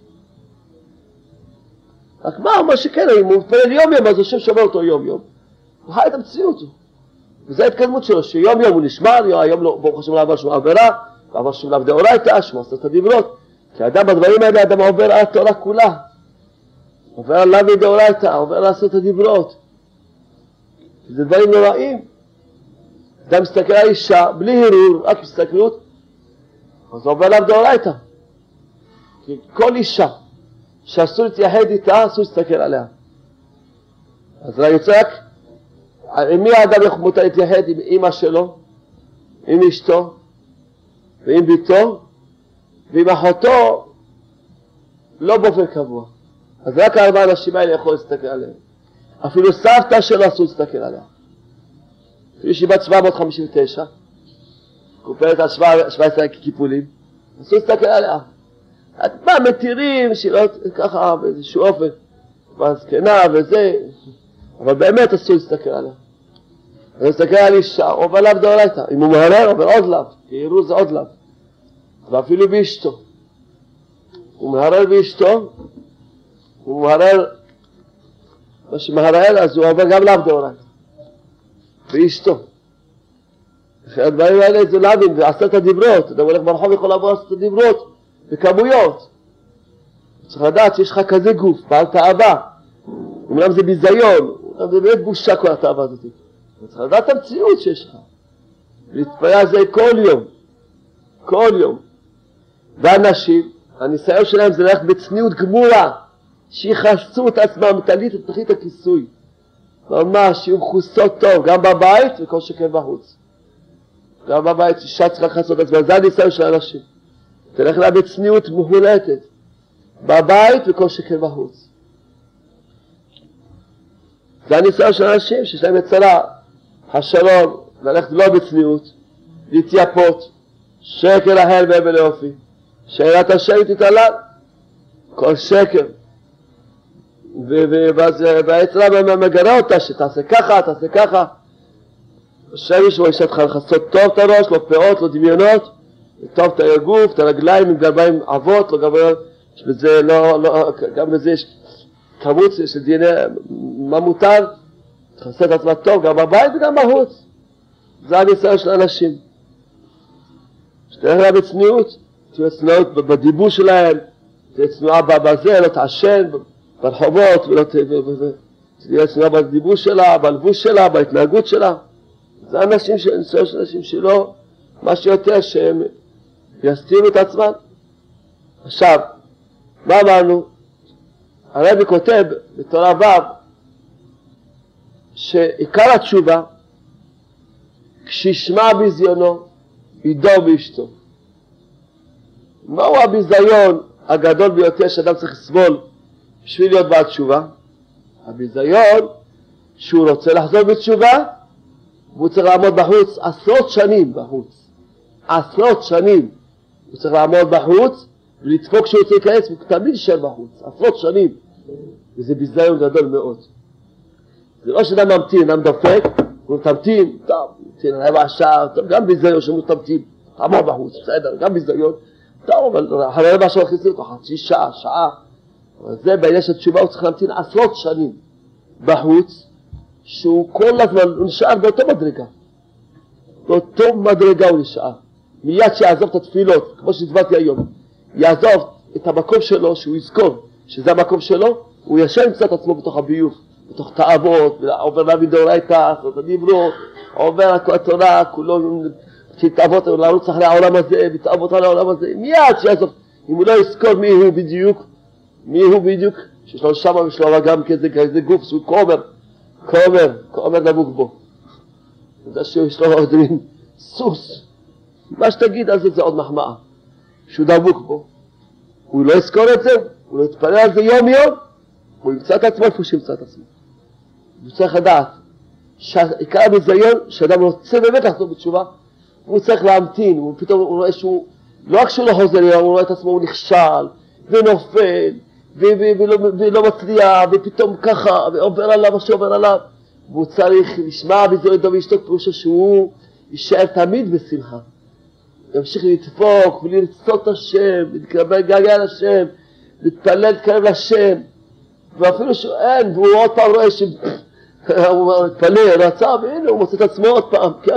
רק מה שכן, אם הוא מתפלל יום יום, אז השם שומר אותו יום יום. הוא חי את המציאות, וזו ההתקדמות שלו, שיום יום הוא נשמר, היום לא, ברוך השם לא עבר שום עבירה, לא עבר שום לאו דאורייתא, שום עשרת הדיברות, כי האדם בדברים האלה, האדם עובר על התורה כולה. עובר על לאו דאורייתא, עובר על עשרת הדיברות. זה דברים נוראים. אדם מסתכל על אישה, בלי הרהור, רק מסתכלות, אז עובר לאו דאורייתא. כי כל אישה שאסור להתייחד איתה, אסור להסתכל עליה. אז אני יוצא רק, עם מי האדם מותר להתייחד? עם אמא שלו, עם אשתו, ועם ביתו, ועם אחותו, לא באופן קבוע. אז רק 4 אנשים האלה יכול להסתכל עליהם. אפילו סבתא שלו אסור להסתכל עליה. אפילו שהיא בת 759, קופלת על 17 קיפולים, אסור להסתכל עליה. מה מתירים שלא ככה באיזשהו אופן, כבר זקנה וזה, אבל באמת אסור להסתכל עליה. אני מסתכל על אישה, עובר לאו דאורייתא, אם הוא מהרר עובר עוד לאו, כי יראו זה עוד לאו, ואפילו באשתו. הוא מהרר באשתו, הוא מהרר, מה שמהרר אז הוא עובר גם לאו דאורייתא, באשתו. הדברים האלה זה להבין, ועשרת הדיברות, אתה הולך ברחוב יכול לעבור עשרת הדיברות, בכמויות. צריך לדעת שיש לך כזה גוף, בעל תאווה, אומנם זה ביזיון, זה באמת בושה כל התאווה הזאת. צריך לדעת את המציאות שיש לך, להתפלל על זה כל יום. ואנשים, הניסיון שלהם זה ללכת בצניעות גמורה, שיחסו את עצמם, תלית את תחית הכיסוי, ממש שיהיו מכוסות טוב, גם בבית וכל שכן בחוץ. גם בבית אישה צריכה לחסות את עצמם, זה הניסיון של האנשים. תלך לה בצניעות מוחלטת, בבית וכל שכן בחוץ. זה הניסיון של האנשים שיש להם יצרה, השלום, ללכת לא בצניעות, להתייפות, שקר להל בהבל לאופי, שאלת השם תתעלל, כל שקר. והיצרה מגרה אותה שתעשה ככה, השם ישמור אישה תוכל לחסות טוב את הראש, לא פאות, לא דמיונות, טוב את הגוף, את הרגליים עם גרביים עבות, יש בזה, גם בזה יש כמות של דיני, מה מותר, תחסה את עצמה טוב, גם בבית וגם בחוץ. זה הניסיון של האנשים. שתלך לה בצניעות, תהיה צניעות בדיבור שלהם, תהיה צנועה בזה, לא תעשן ברחובות, תהיה צנועה בדיבור שלה, בלבוש שלה, בהתנהגות שלה. זה הניסיון של אנשים שלא, מה שיותר שהם יסתירו את עצמם. עכשיו, מה אמרנו? הרבי כותב בתורה ו' שעיקר התשובה כשישמע ביזיונו ידור באשתו. מהו הביזיון הגדול ביותר שאדם צריך לסבול בשביל להיות בעל תשובה? הביזיון שהוא רוצה לחזור בתשובה והוא צריך לעמוד בחוץ עשרות שנים הוא צריך לעמוד בחוץ ולדפוק שהוא רוצה להיכנס, הוא תמיד יישאר בחוץ, עשרות שנים. וזה ביזיון גדול מאוד. זה לא שאדם ממתין, אדם דופק, הוא תמתין, טוב, תמתין רבע שעה, גם ביזיון שהוא תמתין, תעמוד בחוץ, בסדר, גם ביזיון, טוב, אבל אחרי רבע שעה הכניסו אותו, חצי שעה, שעה. אבל זה בעניין של תשובה, הוא צריך להמתין עשרות שנים בחוץ, שהוא כל הזמן, הוא נשאר באותו מדרגה הוא נשאר. מיד שיעזוב את התפילות, כמו שהסברתי היום, יעזוב את המקום שלו, שהוא יזכור שזה המקום שלו, הוא ישר ימצא את עצמו בתוך הביוב, בתוך תאוות, עובר להבין דאורייתא, עשרת הדיברות, עובר התורה, כולו תאוות לרוץ אחרי העולם הזה, ותאוות על העולם הזה, מיד שיעזוב, אם הוא לא יזכור מי הוא בדיוק, שיש לו שמה ויש לו גם כזה גוף, שהוא כומר דבוק בו. זה שיש לו עוד מין סוס, מה שתגיד על זה עוד מחמאה, שהוא דבוק בו. הוא לא יזכור את זה, הוא לא יתפלל על זה יום, הוא ימצא את עצמו איפה שימצא את עצמו. הוא צריך לדעת שעיקר הביזיון שאדם רוצה באמת לחזור בתשובה, הוא צריך להמתין, הוא פתאום הוא רואה שהוא, לא רק שהוא לא חוזר, הוא רואה את עצמו, הוא נכשל ונופל ולא מצליח, ופתאום ככה, ועובר עליו מה שעובר עליו, והוא צריך לשמוע ביזיון דו ואשתו, פירושו שהוא יישאר תמיד בשמחה. ימשיך לדפוק ולרצות את השם, להתגעגע לשם, להתפלל, להתקרב לשם, ואפילו שאין, והוא עוד פעם רואה שהוא מתפלל, רצה, והנה הוא מוצא את עצמו עוד פעם, כי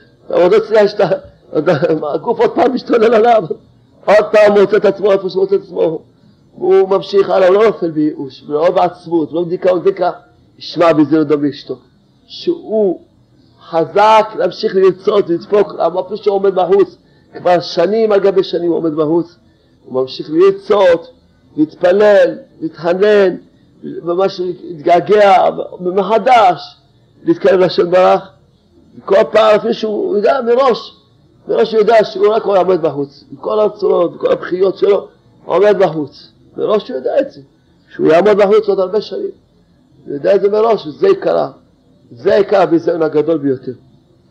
הגוף עוד פעם משתולל עליו, עוד פעם הוא מוצא את עצמו איפה שהוא מוצא את עצמו, הוא ממשיך הלאה, הוא לא נופל בייאוש, ולא בעצמות, לא בדיקה, ישמע בזיון דו ואשתו, שהוא חזק להמשיך לרצות, לדפוק, אפילו שהוא עומד בחוץ, כבר שנים על גבי שנים הוא עומד בחוץ, הוא ממשיך לרצות, להתפלל, להתחנן, ממש להתגעגע, מחדש, להתקרב לשם ברך, וכל פעם אפילו שהוא יודע מראש הוא יודע שהוא רק עומד בחוץ, עם הצורות, וכל הבחיות שלו, עומד בחוץ, מראש הוא יודע את זה, שהוא יעמוד בחוץ עוד הרבה שנים, הוא יודע את זה מראש, וזה יקרה, זה יקרה הביזיון הגדול ביותר.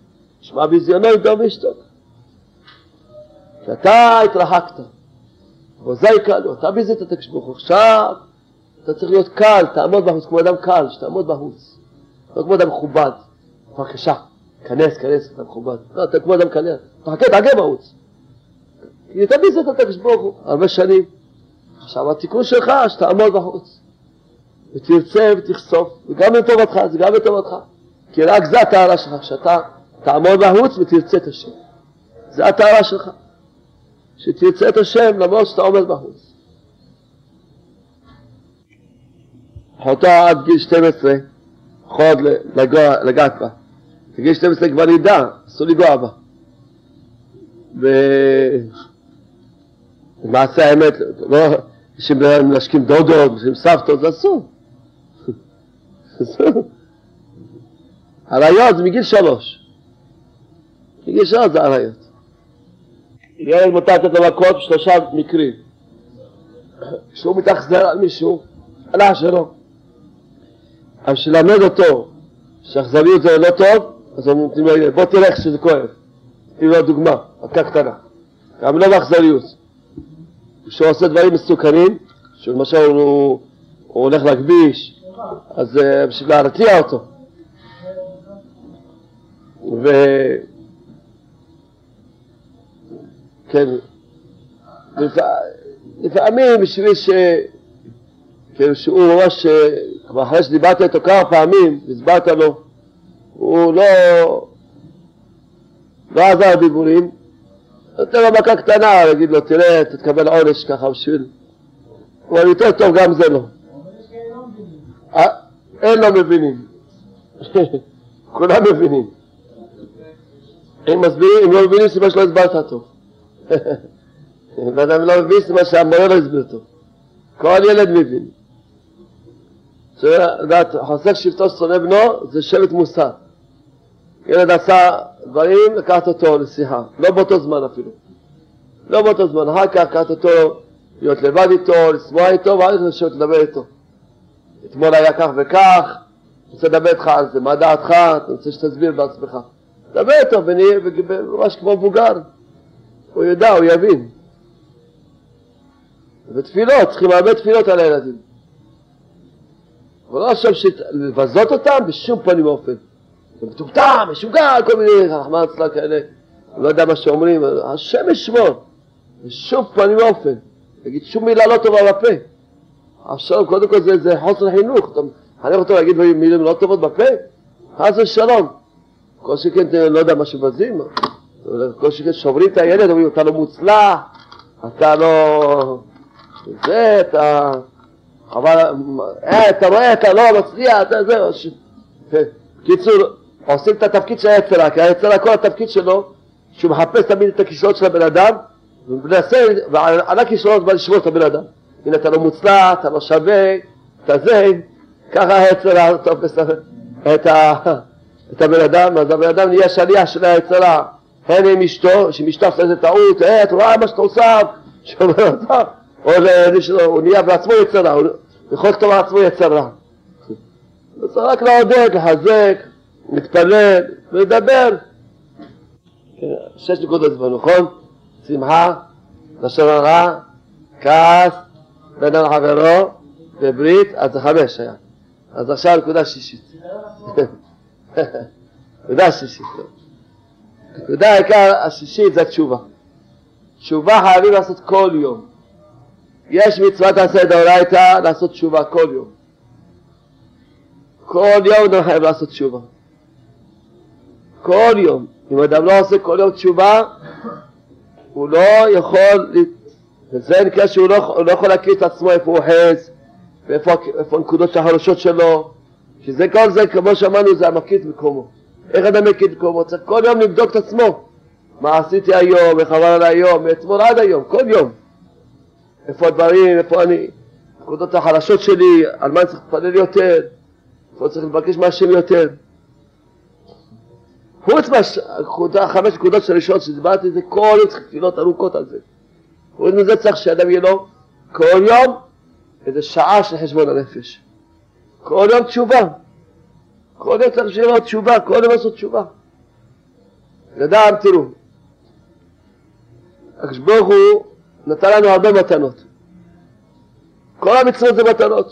שמע ביזיונו ידור וישתוק. כשאתה התרחקת, וזה קלות, אתה ביזית את הקדוש ברוך הוא. עכשיו אתה צריך להיות קל, תעמוד בחוץ, כמו אדם קל, שתעמוד בחוץ. לא כמו אדם מכובד. בבקשה, כנס, אתה מכובד. לא, אתה כמו אדם כנס. תחכה בחוץ. כי אתה ביזית את הקדוש ברוך הוא, הרבה שנים. עכשיו התיקון שלך, שתעמוד בחוץ. ותרצה ותחשוף, וגם לטובתך, זה גם לטובתך. כי רק זה הטהרה שלך, שאתה תעמוד בחוץ ותרצה את השם. זה הטהרה שלך. שתרצה את השם למרות שאתה עומד בחוץ. אחותה עד גיל 12, יכול לגעת בה. בגיל 12 כבר נידע, אסור לגוע בה. במעשה האמת, לא שמנשקים דודות, משקים סבתות, זה אסור. הרעיות זה מגיל 3. מגיל 3 זה הרעיות. ילד מותר לתת לו מכות בשלושה מקרים. כשהוא מתאכזר על מישהו, על אח שלו. אבל שלמד אותו שהאכזריות זה לא טוב, אז הוא נותנים לו, בוא תלך שזה כואב. תראו לו דוגמה, מכה קטנה. גם לא באכזריות. כשהוא עושה דברים מסוכנים, שלמשל הוא הולך לכביש, אז בשביל להרתיע אותו. כן, לפעמים בשביל שהוא ממש, כבר אחרי שדיברתי איתו כמה פעמים, הסברת לו, הוא לא עזר דיבורים, נותן לו מכה קטנה, להגיד לו, תראה, תתקבל עונש ככה בשביל, אבל יותר טוב גם זה לא. אין לא מבינים, כולם מבינים. אם לא מבינים סיבה שלא הסברת טוב. ואדם לא מבין סיבה שהמורה לא הסביר טוב. כל ילד מבין. חוסך שבטו שונא בנו זה שבט מוסר. ילד עשה דברים, לקחת אותו לשיחה. לא באותו זמן אפילו. לא באותו זמן. אחר כך לקחת אותו להיות לבד איתו, לשמוע איתו, ואחר כך לשבת לדבר איתו. אתמול היה כך וכך, אני רוצה לדבר איתך על זה, מה דעתך? אתה רוצה שתסביר בעצמך. דבר איתו, ממש כמו מבוגר. הוא ידע, הוא יבין. ותפילות, צריכים הרבה תפילות על הילדים. אבל לא עכשיו לבזות אותם בשום פנים ואופן. זה מטומטם, משוגע, כל מיני רחמן אצלה כאלה. אני לא יודע מה שאומרים, השם ישמור. בשום פנים ואופן. תגיד שום מילה לא טובה בפה. עכשיו, קודם כל זה חוסר חינוך. אתה מחנך אותו להגיד מילים לא טובות בפה? חס ושלום. כל שכן, לא יודע מה שבזים. כל שכן שוברים את הילד, אומרים, אתה לא מוצלח, אתה לא... זה, אתה... אבל... אתה רואה, אתה לא מצליח, אתה זהו. קיצור, עושים את התפקיד של היצרה, כי היצרה, כל התפקיד שלו, שהוא מחפש תמיד את הכישלונות של הבן אדם, ועל הכישלונות בא לשמור את הבן אדם. הנה, אתה לא מוצלח, אתה לא שווה, אתה זה, ככה היצרה תופס את הבן אדם, אז הבן אדם נהיה שליח של היצרה, הן עם אשתו, שאשתו עושה איזה טעות, אתה רואה מה שאתה עושה, שאומר אותה, או הוא נהיה בעצמו יצרה, הוא יכול לכתוב בעצמו יצרה. הוא צריך רק לעודד, לחזק, להתפלל, ולדבר. 6 נקודות זמן, נכון? שמחה, לשון הרע, כעס, בין אדם לחברו, וברית, אז זה 5 היה. אז עכשיו נקודה שישית. נקודה שישית. נקודה העיקר השישית זה תשובה. תשובה חייבים לעשות כל יום. יש מצוות עשה דאורייתא לעשות תשובה כל יום. כל יום אדם חייב לעשות תשובה. כל יום. אם אדם לא עושה כל יום תשובה, הוא לא יכול, וזה נקרא שהוא לא יכול להכיר את עצמו איפה הוא חז, ואיפה הנקודות החלשות שלו, שזה כל זה, כמו שאמרנו, זה המכיר את מקומו. איך אדם מכיר את מקומו? צריך כל יום לבדוק את עצמו. מה עשיתי היום, איך עבר על היום, מאתמול עד היום, כל יום. איפה הדברים, איפה אני, הנקודות החלשות שלי, על מה אני צריך להתפלל יותר, איפה צריך לבקש מהשם יותר. חוץ מה5 נקודות של ראשון שדיברתי, זה כל יום צריך תפילות ארוכות על זה. חוץ מזה צריך שאדם יהיה לו כל יום איזה שעה של חשבון הנפש. כל יום תשובה. כל יום צריך שיהיה לו תשובה, כל יום לעשות תשובה. אדם, תראו, הקדוש ברוך הוא נתן לנו הרבה מתנות. כל המצוות זה מתנות.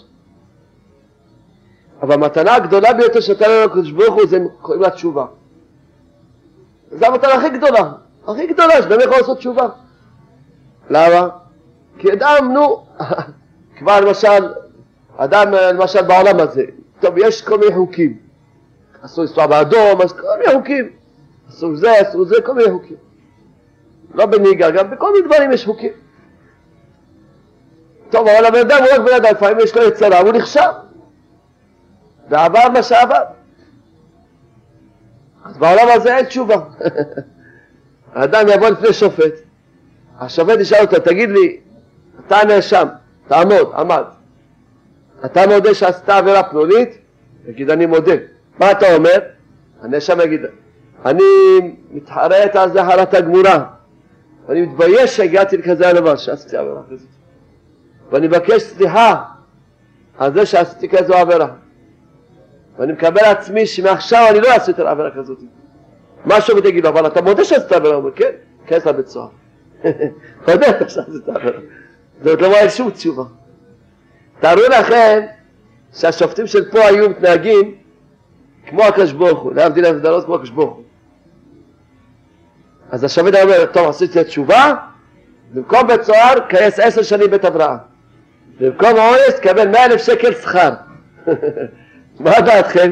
אבל המתנה הגדולה ביותר שנתן לנו הקדוש ברוך הוא זה קוראים לה תשובה. זו המתנה הכי גדולה. הכי גדולה שבאמת יכול לעשות תשובה. למה? כי אדם, כבר למשל, אדם למשל בעולם הזה, טוב, יש כל מיני חוקים. אסור לנסוע באדום, אז כל מיני חוקים. אסור זה, אסור זה, כל מיני חוקים. לא בנהיגה, גם בכל מיני דברים יש חוקים. טוב, אבל הבן אדם הוא רק בן אדם, לפעמים יש לו יצרה, הוא נכשל. ועבר מה שעבר. אז בעולם הזה אין תשובה. האדם יבוא לפני שופט, השופט ישאל אותו, תגיד לי, אתה נאשם, תעמוד, עמד. אתה מודה שעשית עבירה פלונית? יגיד, אני מודה. מה אתה אומר? הנאשם יגיד, אני מתחרט על זה חרטה גמורה. ואני מתבייש שהגעתי לכזה הדבר, שעשיתי עבירה כזאת. ואני מבקש סליחה על זה שעשיתי כזו עבירה. ואני מקבל עצמי שמעכשיו אני לא אעשה יותר עבירה כזאת. מה השופט יגיד לו, אבל אתה מודה שעשית עבירה? הוא אומר, כן, כנס לבית סוהר. מודה שעשית עבירה. זה עוד לא מראה שום תשובה. תארו לכם שהשופטים של פה היו מתנהגים כמו הקדוש ברוך הוא, להבדיל הבדלות כמו הקדוש ברוך הוא. אז השופט אומר, טוב, עשיתי תשובה, במקום בית סוהר, כייס 10 שנים בית הבראה. במקום העונש, קבל 100,000 שקל שכר. מה דעתכם?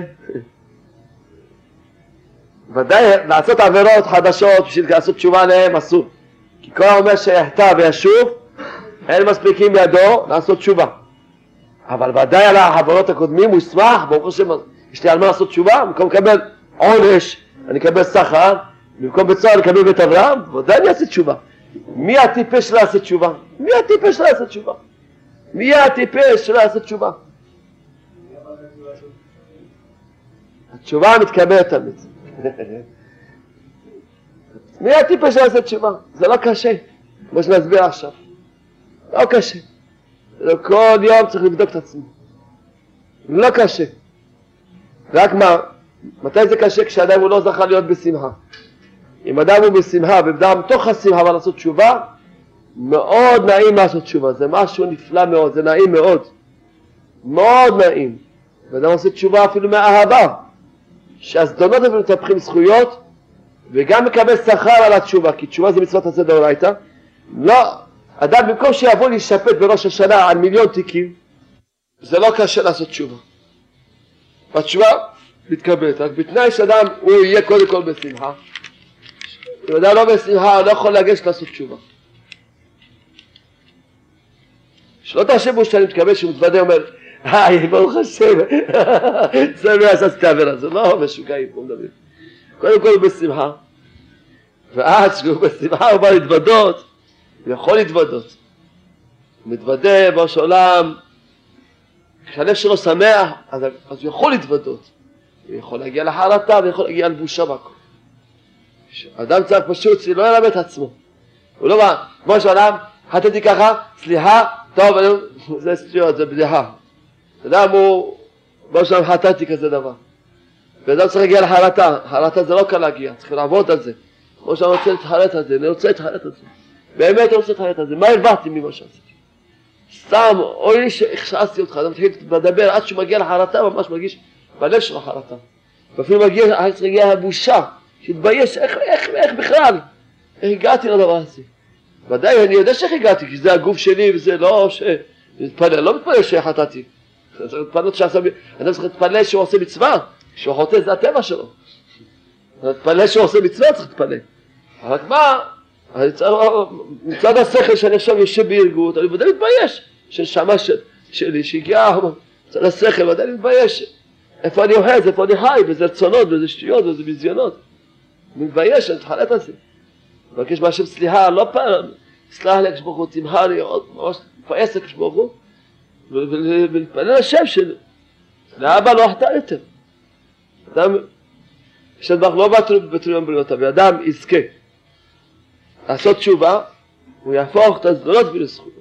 ודאי, לעשות עבירות חדשות בשביל לעשות תשובה עליהם אסור. כי כל אומר שיחטא וישוב, אין מספיקים בידו לעשות תשובה. אבל ודאי על העבירות הקודמים הוא ישמח, ברוך השם, יש לי על מה לעשות תשובה, במקום לקבל עונש, אני אקבל שכר, במקום בית סוהר לקבל בית אברהם, ודאי אני אעשה תשובה. מי הטיפש שלא יעשה תשובה? מי הטיפש שלא יעשה תשובה? מי הטיפש שלא יעשה תשובה? התשובה מתקבלת תמיד. מי הטיפש שלא יעשה תשובה? זה לא קשה, כמו שנסביר עכשיו. לא קשה. כל יום צריך לבדוק את עצמו. לא קשה. רק מה? מתי זה קשה? כשאדם הוא לא זכה להיות בשמחה. אם אדם הוא בשמחה, ואדם תוך השמחה אבל לעשות תשובה, מאוד נעים לעשות תשובה. זה משהו נפלא מאוד, זה נעים מאוד. מאוד נעים. ואדם עושה תשובה אפילו מאהבה. שהזדונות אפילו מטפחים זכויות, וגם מקבל שכר על התשובה, כי תשובה זה מצוות עשה דאורייתא. לא, אדם במקום שיבוא להישפט בראש השנה על 1,000,000 תיקים, זה לא קשה לעשות תשובה. והתשובה מתקבלת, רק בתנאי שאדם הוא יהיה קודם כל בשמחה. אם אדם לא בשמחה, הוא לא יכול לגשת לעשות תשובה. שלא תחשבו שאני מתכוון שמתוודה אומר, ברוך השם, זה לא עשה את העבירה, זה לא משוגעים פה מדבר. קודם כל הוא בשמחה, ואז שהוא בשמחה הוא בא להתוודות, הוא יכול להתוודות. הוא מתוודה בראש העולם, כשהלב שלו שמח, אז הוא יכול להתוודות. הוא יכול להגיע לחרטה ויכול להגיע לבושה והכל. אדם צריך פשוט שלא ילמד את עצמו. הוא לא בא, כמו שאדם, חטאתי ככה, סליחה, טוב, זה סטריות, זה בדיחה. אדם הוא, כמו שאדם חטאתי כזה דבר. ואדם צריך להגיע לחרטה, חרטה זה לא קל להגיע, צריך לעבוד על זה. כמו שאני רוצה להתחרט על זה, אני רוצה להתחרט על זה. באמת אני רוצה להתחרט על זה, מה הרווחתי ממה שעשיתי? סתם, אוי לי איך שעשיתי אותך, אדם מתחיל לדבר עד שהוא מגיע לחרטה, ממש מרגיש בלב שלו חרטה. ואפילו מגיע הבושה, שהתבייש, איך בכלל? איך הגעתי לדבר הזה? ודאי, אני יודע שאיך הגעתי, כי זה הגוף שלי וזה לא מתפלל, לא מתפלל שחטאתי. אדם צריך להתפלל שהוא עושה מצווה, כשהוא חוטא זה הטבע שלו. להתפלל שהוא עושה מצווה צריך להתפלל. רק מה? מצד השכל שאני עכשיו יושב בארגות, אני ודאי מתבייש שנשמה שלי שהגיעה מצד השכל, ודאי מתבייש איפה אני אוחז, איפה אני חי, וזה רצונות, וזה שטויות, וזה ביזיונות. אני מתבייש, אני מתחלט על זה. מבקש מהשם סליחה, לא פעם, סלח לי כשברוך הוא, תמחה לי, ממש מפעס לי כשברוך הוא, ולהתפלל השם של לאבא לא חטא יותר. אדם, כשאדם לא בתלויים בריאותיו, ואדם יזכה לעשות תשובה, הוא יהפוך את הזדונות ולזכויות.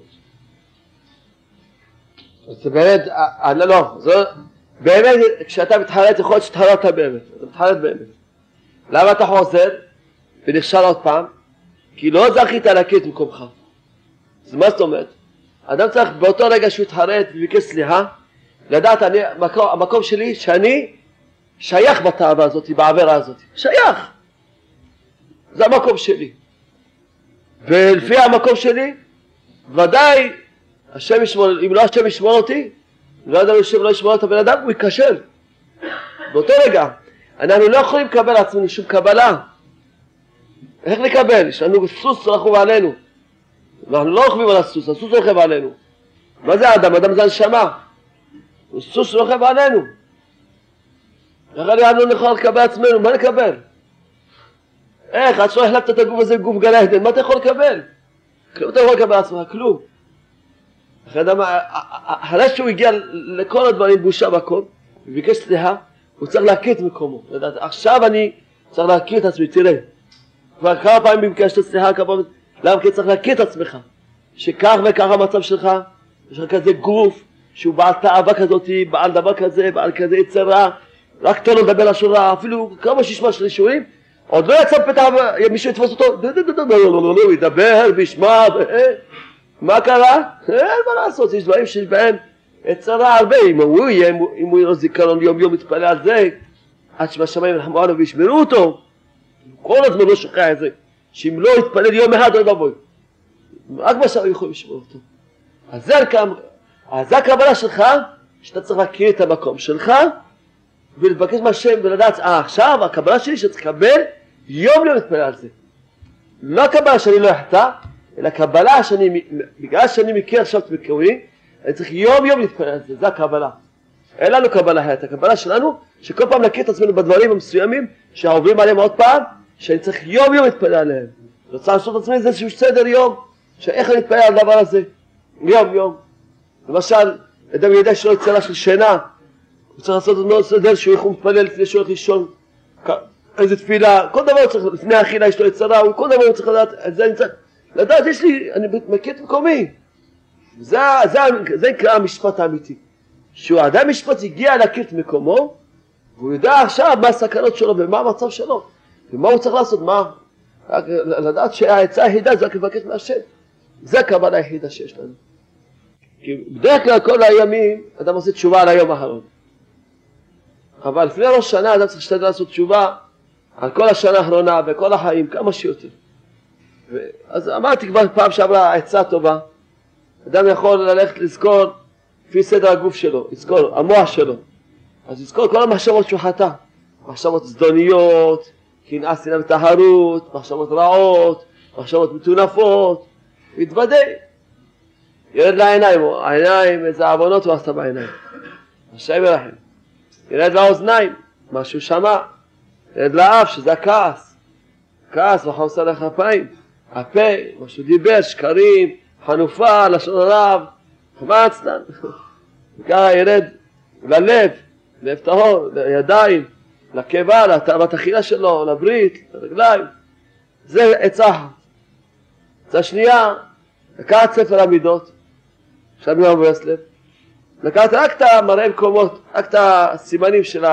זה באמת, לא, זה באמת, כשאתה מתחרט, יכול להיות שתחרטת באמת, אתה מתחרט באמת. למה אתה חוזר ונכשל עוד פעם? כי לא זכית להכיר את מקומך. אז מה זאת אומרת? אדם צריך באותו רגע שהוא יתחרט וביקש סליחה, לדעת המקום שלי שאני שייך בתאווה הזאת, בעבירה הזאת, שייך, זה המקום שלי, ולפי המקום שלי ודאי השם ישמור, אם לא השם ישמור אותי, לא יודע לא ישמור את הבן אדם, הוא ייכשל באותו רגע. אנחנו לא יכולים לקבל עצמנו שום קבלה. איך נקבל? יש לנו סוס רכוב עלינו, אנחנו לא רוכבים על הסוס, הסוס רוכב עלינו. מה זה האדם? האדם זה הנשמה, סוס רוכב עלינו. איך אנחנו נוכל לקבל עצמנו? מה נקבל? איך? עד שלא החלטת את הגוף הזה גוף גן עדן, מה אתה יכול לקבל? כלום אתה יכול לקבל עצמך, כלום. אחרי שהוא הגיע לכל הדברים בושה והכל, וביקש סליחה, הוא צריך להכיר את מקומו. עכשיו אני צריך להכיר את עצמי, תראה. כבר כמה פעמים ביקשת סליחה, כמה פעמים, למה? כי צריך להכיר את עצמך. שכך וכך המצב שלך, יש לך כזה גוף, שהוא בעל תאווה כזאת, בעל דבר כזה, בעל כזה יצרה, רק תן לו לדבר לשון רע, אפילו כמה שישמע של אישורים, עוד לא יצא פתח, מישהו יתפוס אותו, הוא ידבר, וישמע, מה קרה? אין מה לעשות, יש דברים שיש בהם יצרה הרבה, אם הוא יהיה, אם הוא יהיה זיכרון יום יום מתפלא על זה, עד שבשמיים ירחמו עליו וישמרו אותו, כל הזמן לא שוכח את זה, שאם לא יתפלל יום אחד אוי ואבוי, רק בשמיים יכולים לשמור אותו. אז זה הקבלה שלך, שאתה צריך להכיר את המקום שלך, ולבקש מהשם ולדעת, עכשיו הקבלה שלי שצריך לקבל, יום לא מתפלל על זה. לא הקבלה שאני לא אחטא, אלא הקבלה שאני, בגלל שאני מכיר עכשיו את מקומי, אני צריך יום יום להתפלל על זה, זה הקבלה. אין לנו קבלה אחרת, הקבלה שלנו, שכל פעם נכיר את עצמנו בדברים המסוימים, שעוברים עליהם עוד פעם, שאני צריך יום יום להתפלל עליהם. אני רוצה לעשות את עצמי איזשהו סדר יום, שאיך אני מתפלל על הדבר הזה, יום יום. למשל, אדם יודע שלא יצא לה של שינה, הוא צריך לעשות את מאוד סדר שהוא יכול להתפלל לפני שהוא הולך לישון, איזה תפילה, כל דבר הוא צריך, לפני האכילה יש לו יצרה, כל דבר הוא צריך לדעת, את זה אני צריך לדעת, יש לי, אני מכיר את מקומי. זה נקרא המשפט האמיתי, שהוא האדם משפט הגיע להכיר את מקומו, והוא יודע עכשיו מה הסכנות שלו ומה המצב שלו, ומה הוא צריך לעשות, מה, לדעת שהעצה היחידה זה רק לבקש מהשם, זה הקבלה היחידה שיש לנו. כי בדרך כלל כל הימים אדם עושה תשובה על היום האחרון, אבל לפני ראש שנה אדם צריך להשתדל לעשות תשובה על כל השנה האחרונה וכל החיים כמה שיותר. אז אמרתי כבר פעם שעברה עצה טובה, אדם יכול ללכת לזכור לפי סדר הגוף שלו, לזכור המוח שלו, אז לזכור כל המחשבות שהוא חטא, מחשבות זדוניות, קנאה, שנאה וטהרות, מחשבות רעות, מחשבות מטונפות, והתוודא, ירד לעיניים, העיניים איזה עוונות הוא עשתה בעיניים, השם ירחם. ירד לאוזניים, מה שהוא שמע, ירד לאף שזה הכעס, כעס וחוסר לכפיים, הפה, מה שהוא דיבר, שקרים, חנופה, לשון הרב, מה עצלן, וככה ירד ללב, לב טהור, לידיים, לקיבה, לתאוות אכילה שלו, לברית, לרגליים, זה עצה. עצה שנייה, לקחת ספר המידות, עכשיו נראה ברסלב, לקחת רק את המראה מקומות, רק את הסימנים של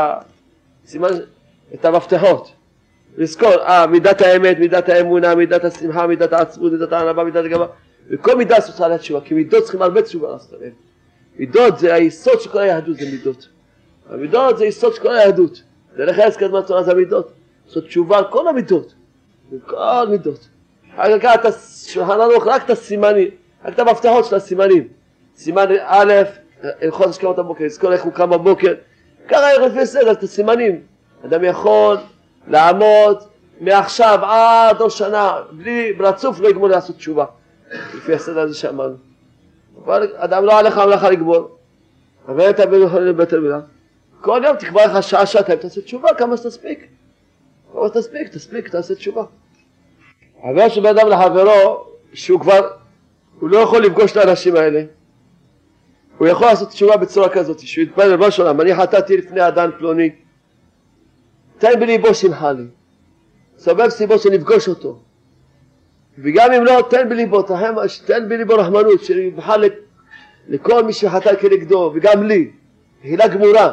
את המפתחות, לזכור, מידת האמת, מידת האמונה, מידת השמחה, מידת העצמות, מידת הענבה, מידת הגאווה, וכל מידה עושה עליה תשובה, כי מידות צריכים הרבה תשובה לעשות עליהן. מידות זה היסוד של כל היהדות, זה מידות. המידות זה יסוד של כל היהדות. זה לחץ קדמת תורה זה המידות. לעשות תשובה על כל המידות, כל מידות. רק לקחת את השולחן ערוך, רק את הסימנים, רק את המפתחות של הסימנים. סימן א', חודש קמת הבוקר, לזכור איך הוא קם בבוקר, ככה איך לפי סדר את הסימנים. אדם יכול לעמוד מעכשיו עד עוד שנה, בלי רצוף לא יגמור לעשות תשובה, לפי הסדר הזה שאמרנו. אבל אדם לא עליך המלאכה לגמור, אבל אתה בן לבית המילה. כל יום תקבע לך שעה, שעתיים, תעשה תשובה, כמה שתספיק. כמה שתספיק, תעשה תשובה. אבל שבן אדם לחברו, שהוא כבר, הוא לא יכול לפגוש את האנשים האלה, הוא יכול לעשות תשובה בצורה כזאת, שהוא יתפלל בראש עולם, אני חטאתי לפני אדם פלוני, תן בליבו שמחה לי, סובב סיבו שנפגוש אותו, וגם אם לא, תן בליבו רחמנות, שיבחר לכל מי שחטא כנגדו, וגם לי, בחילה גמורה.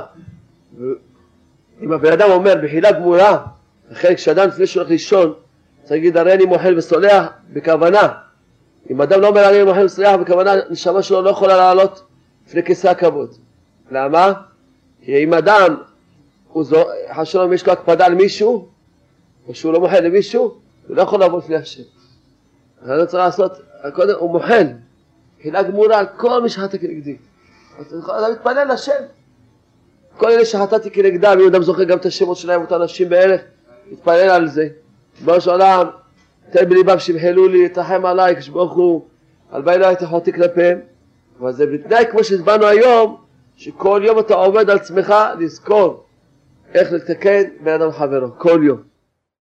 אם הבן אדם אומר בחילה גמורה, החלק שאדם לפני שהולך לישון, צריך להגיד הרי אני מוחל וסולח בכוונה, אם אדם לא אומר אני מוחל סליחה, בכוונה נשמה שלו לא יכולה לעלות לפני כיסא הכבוד. למה? כי אם אדם, חשוב אם יש לו הקפדה על מישהו, או שהוא לא מוחל למישהו, הוא לא יכול לעבור לפני השם. אז אני צריך לעשות, קודם הוא מוחל, חילה גמורה על כל מי שחטא כנגדי. אתה מתפלל לשם. כל אלה שחטאתי כנגדם, אם אדם זוכר גם את השמות שלהם, אותם אנשים בערך, מתפלל על זה. בראש העולם, תן בליבם שימחלו לי, תרחם עליי, כשברוך הוא, הלוואי לא הייתי חוטא כלפיהם. אבל זה בתנאי כמו שהסברנו היום, שכל יום אתה עובד על עצמך לזכור איך לתקן בן אדם חברו, כל יום.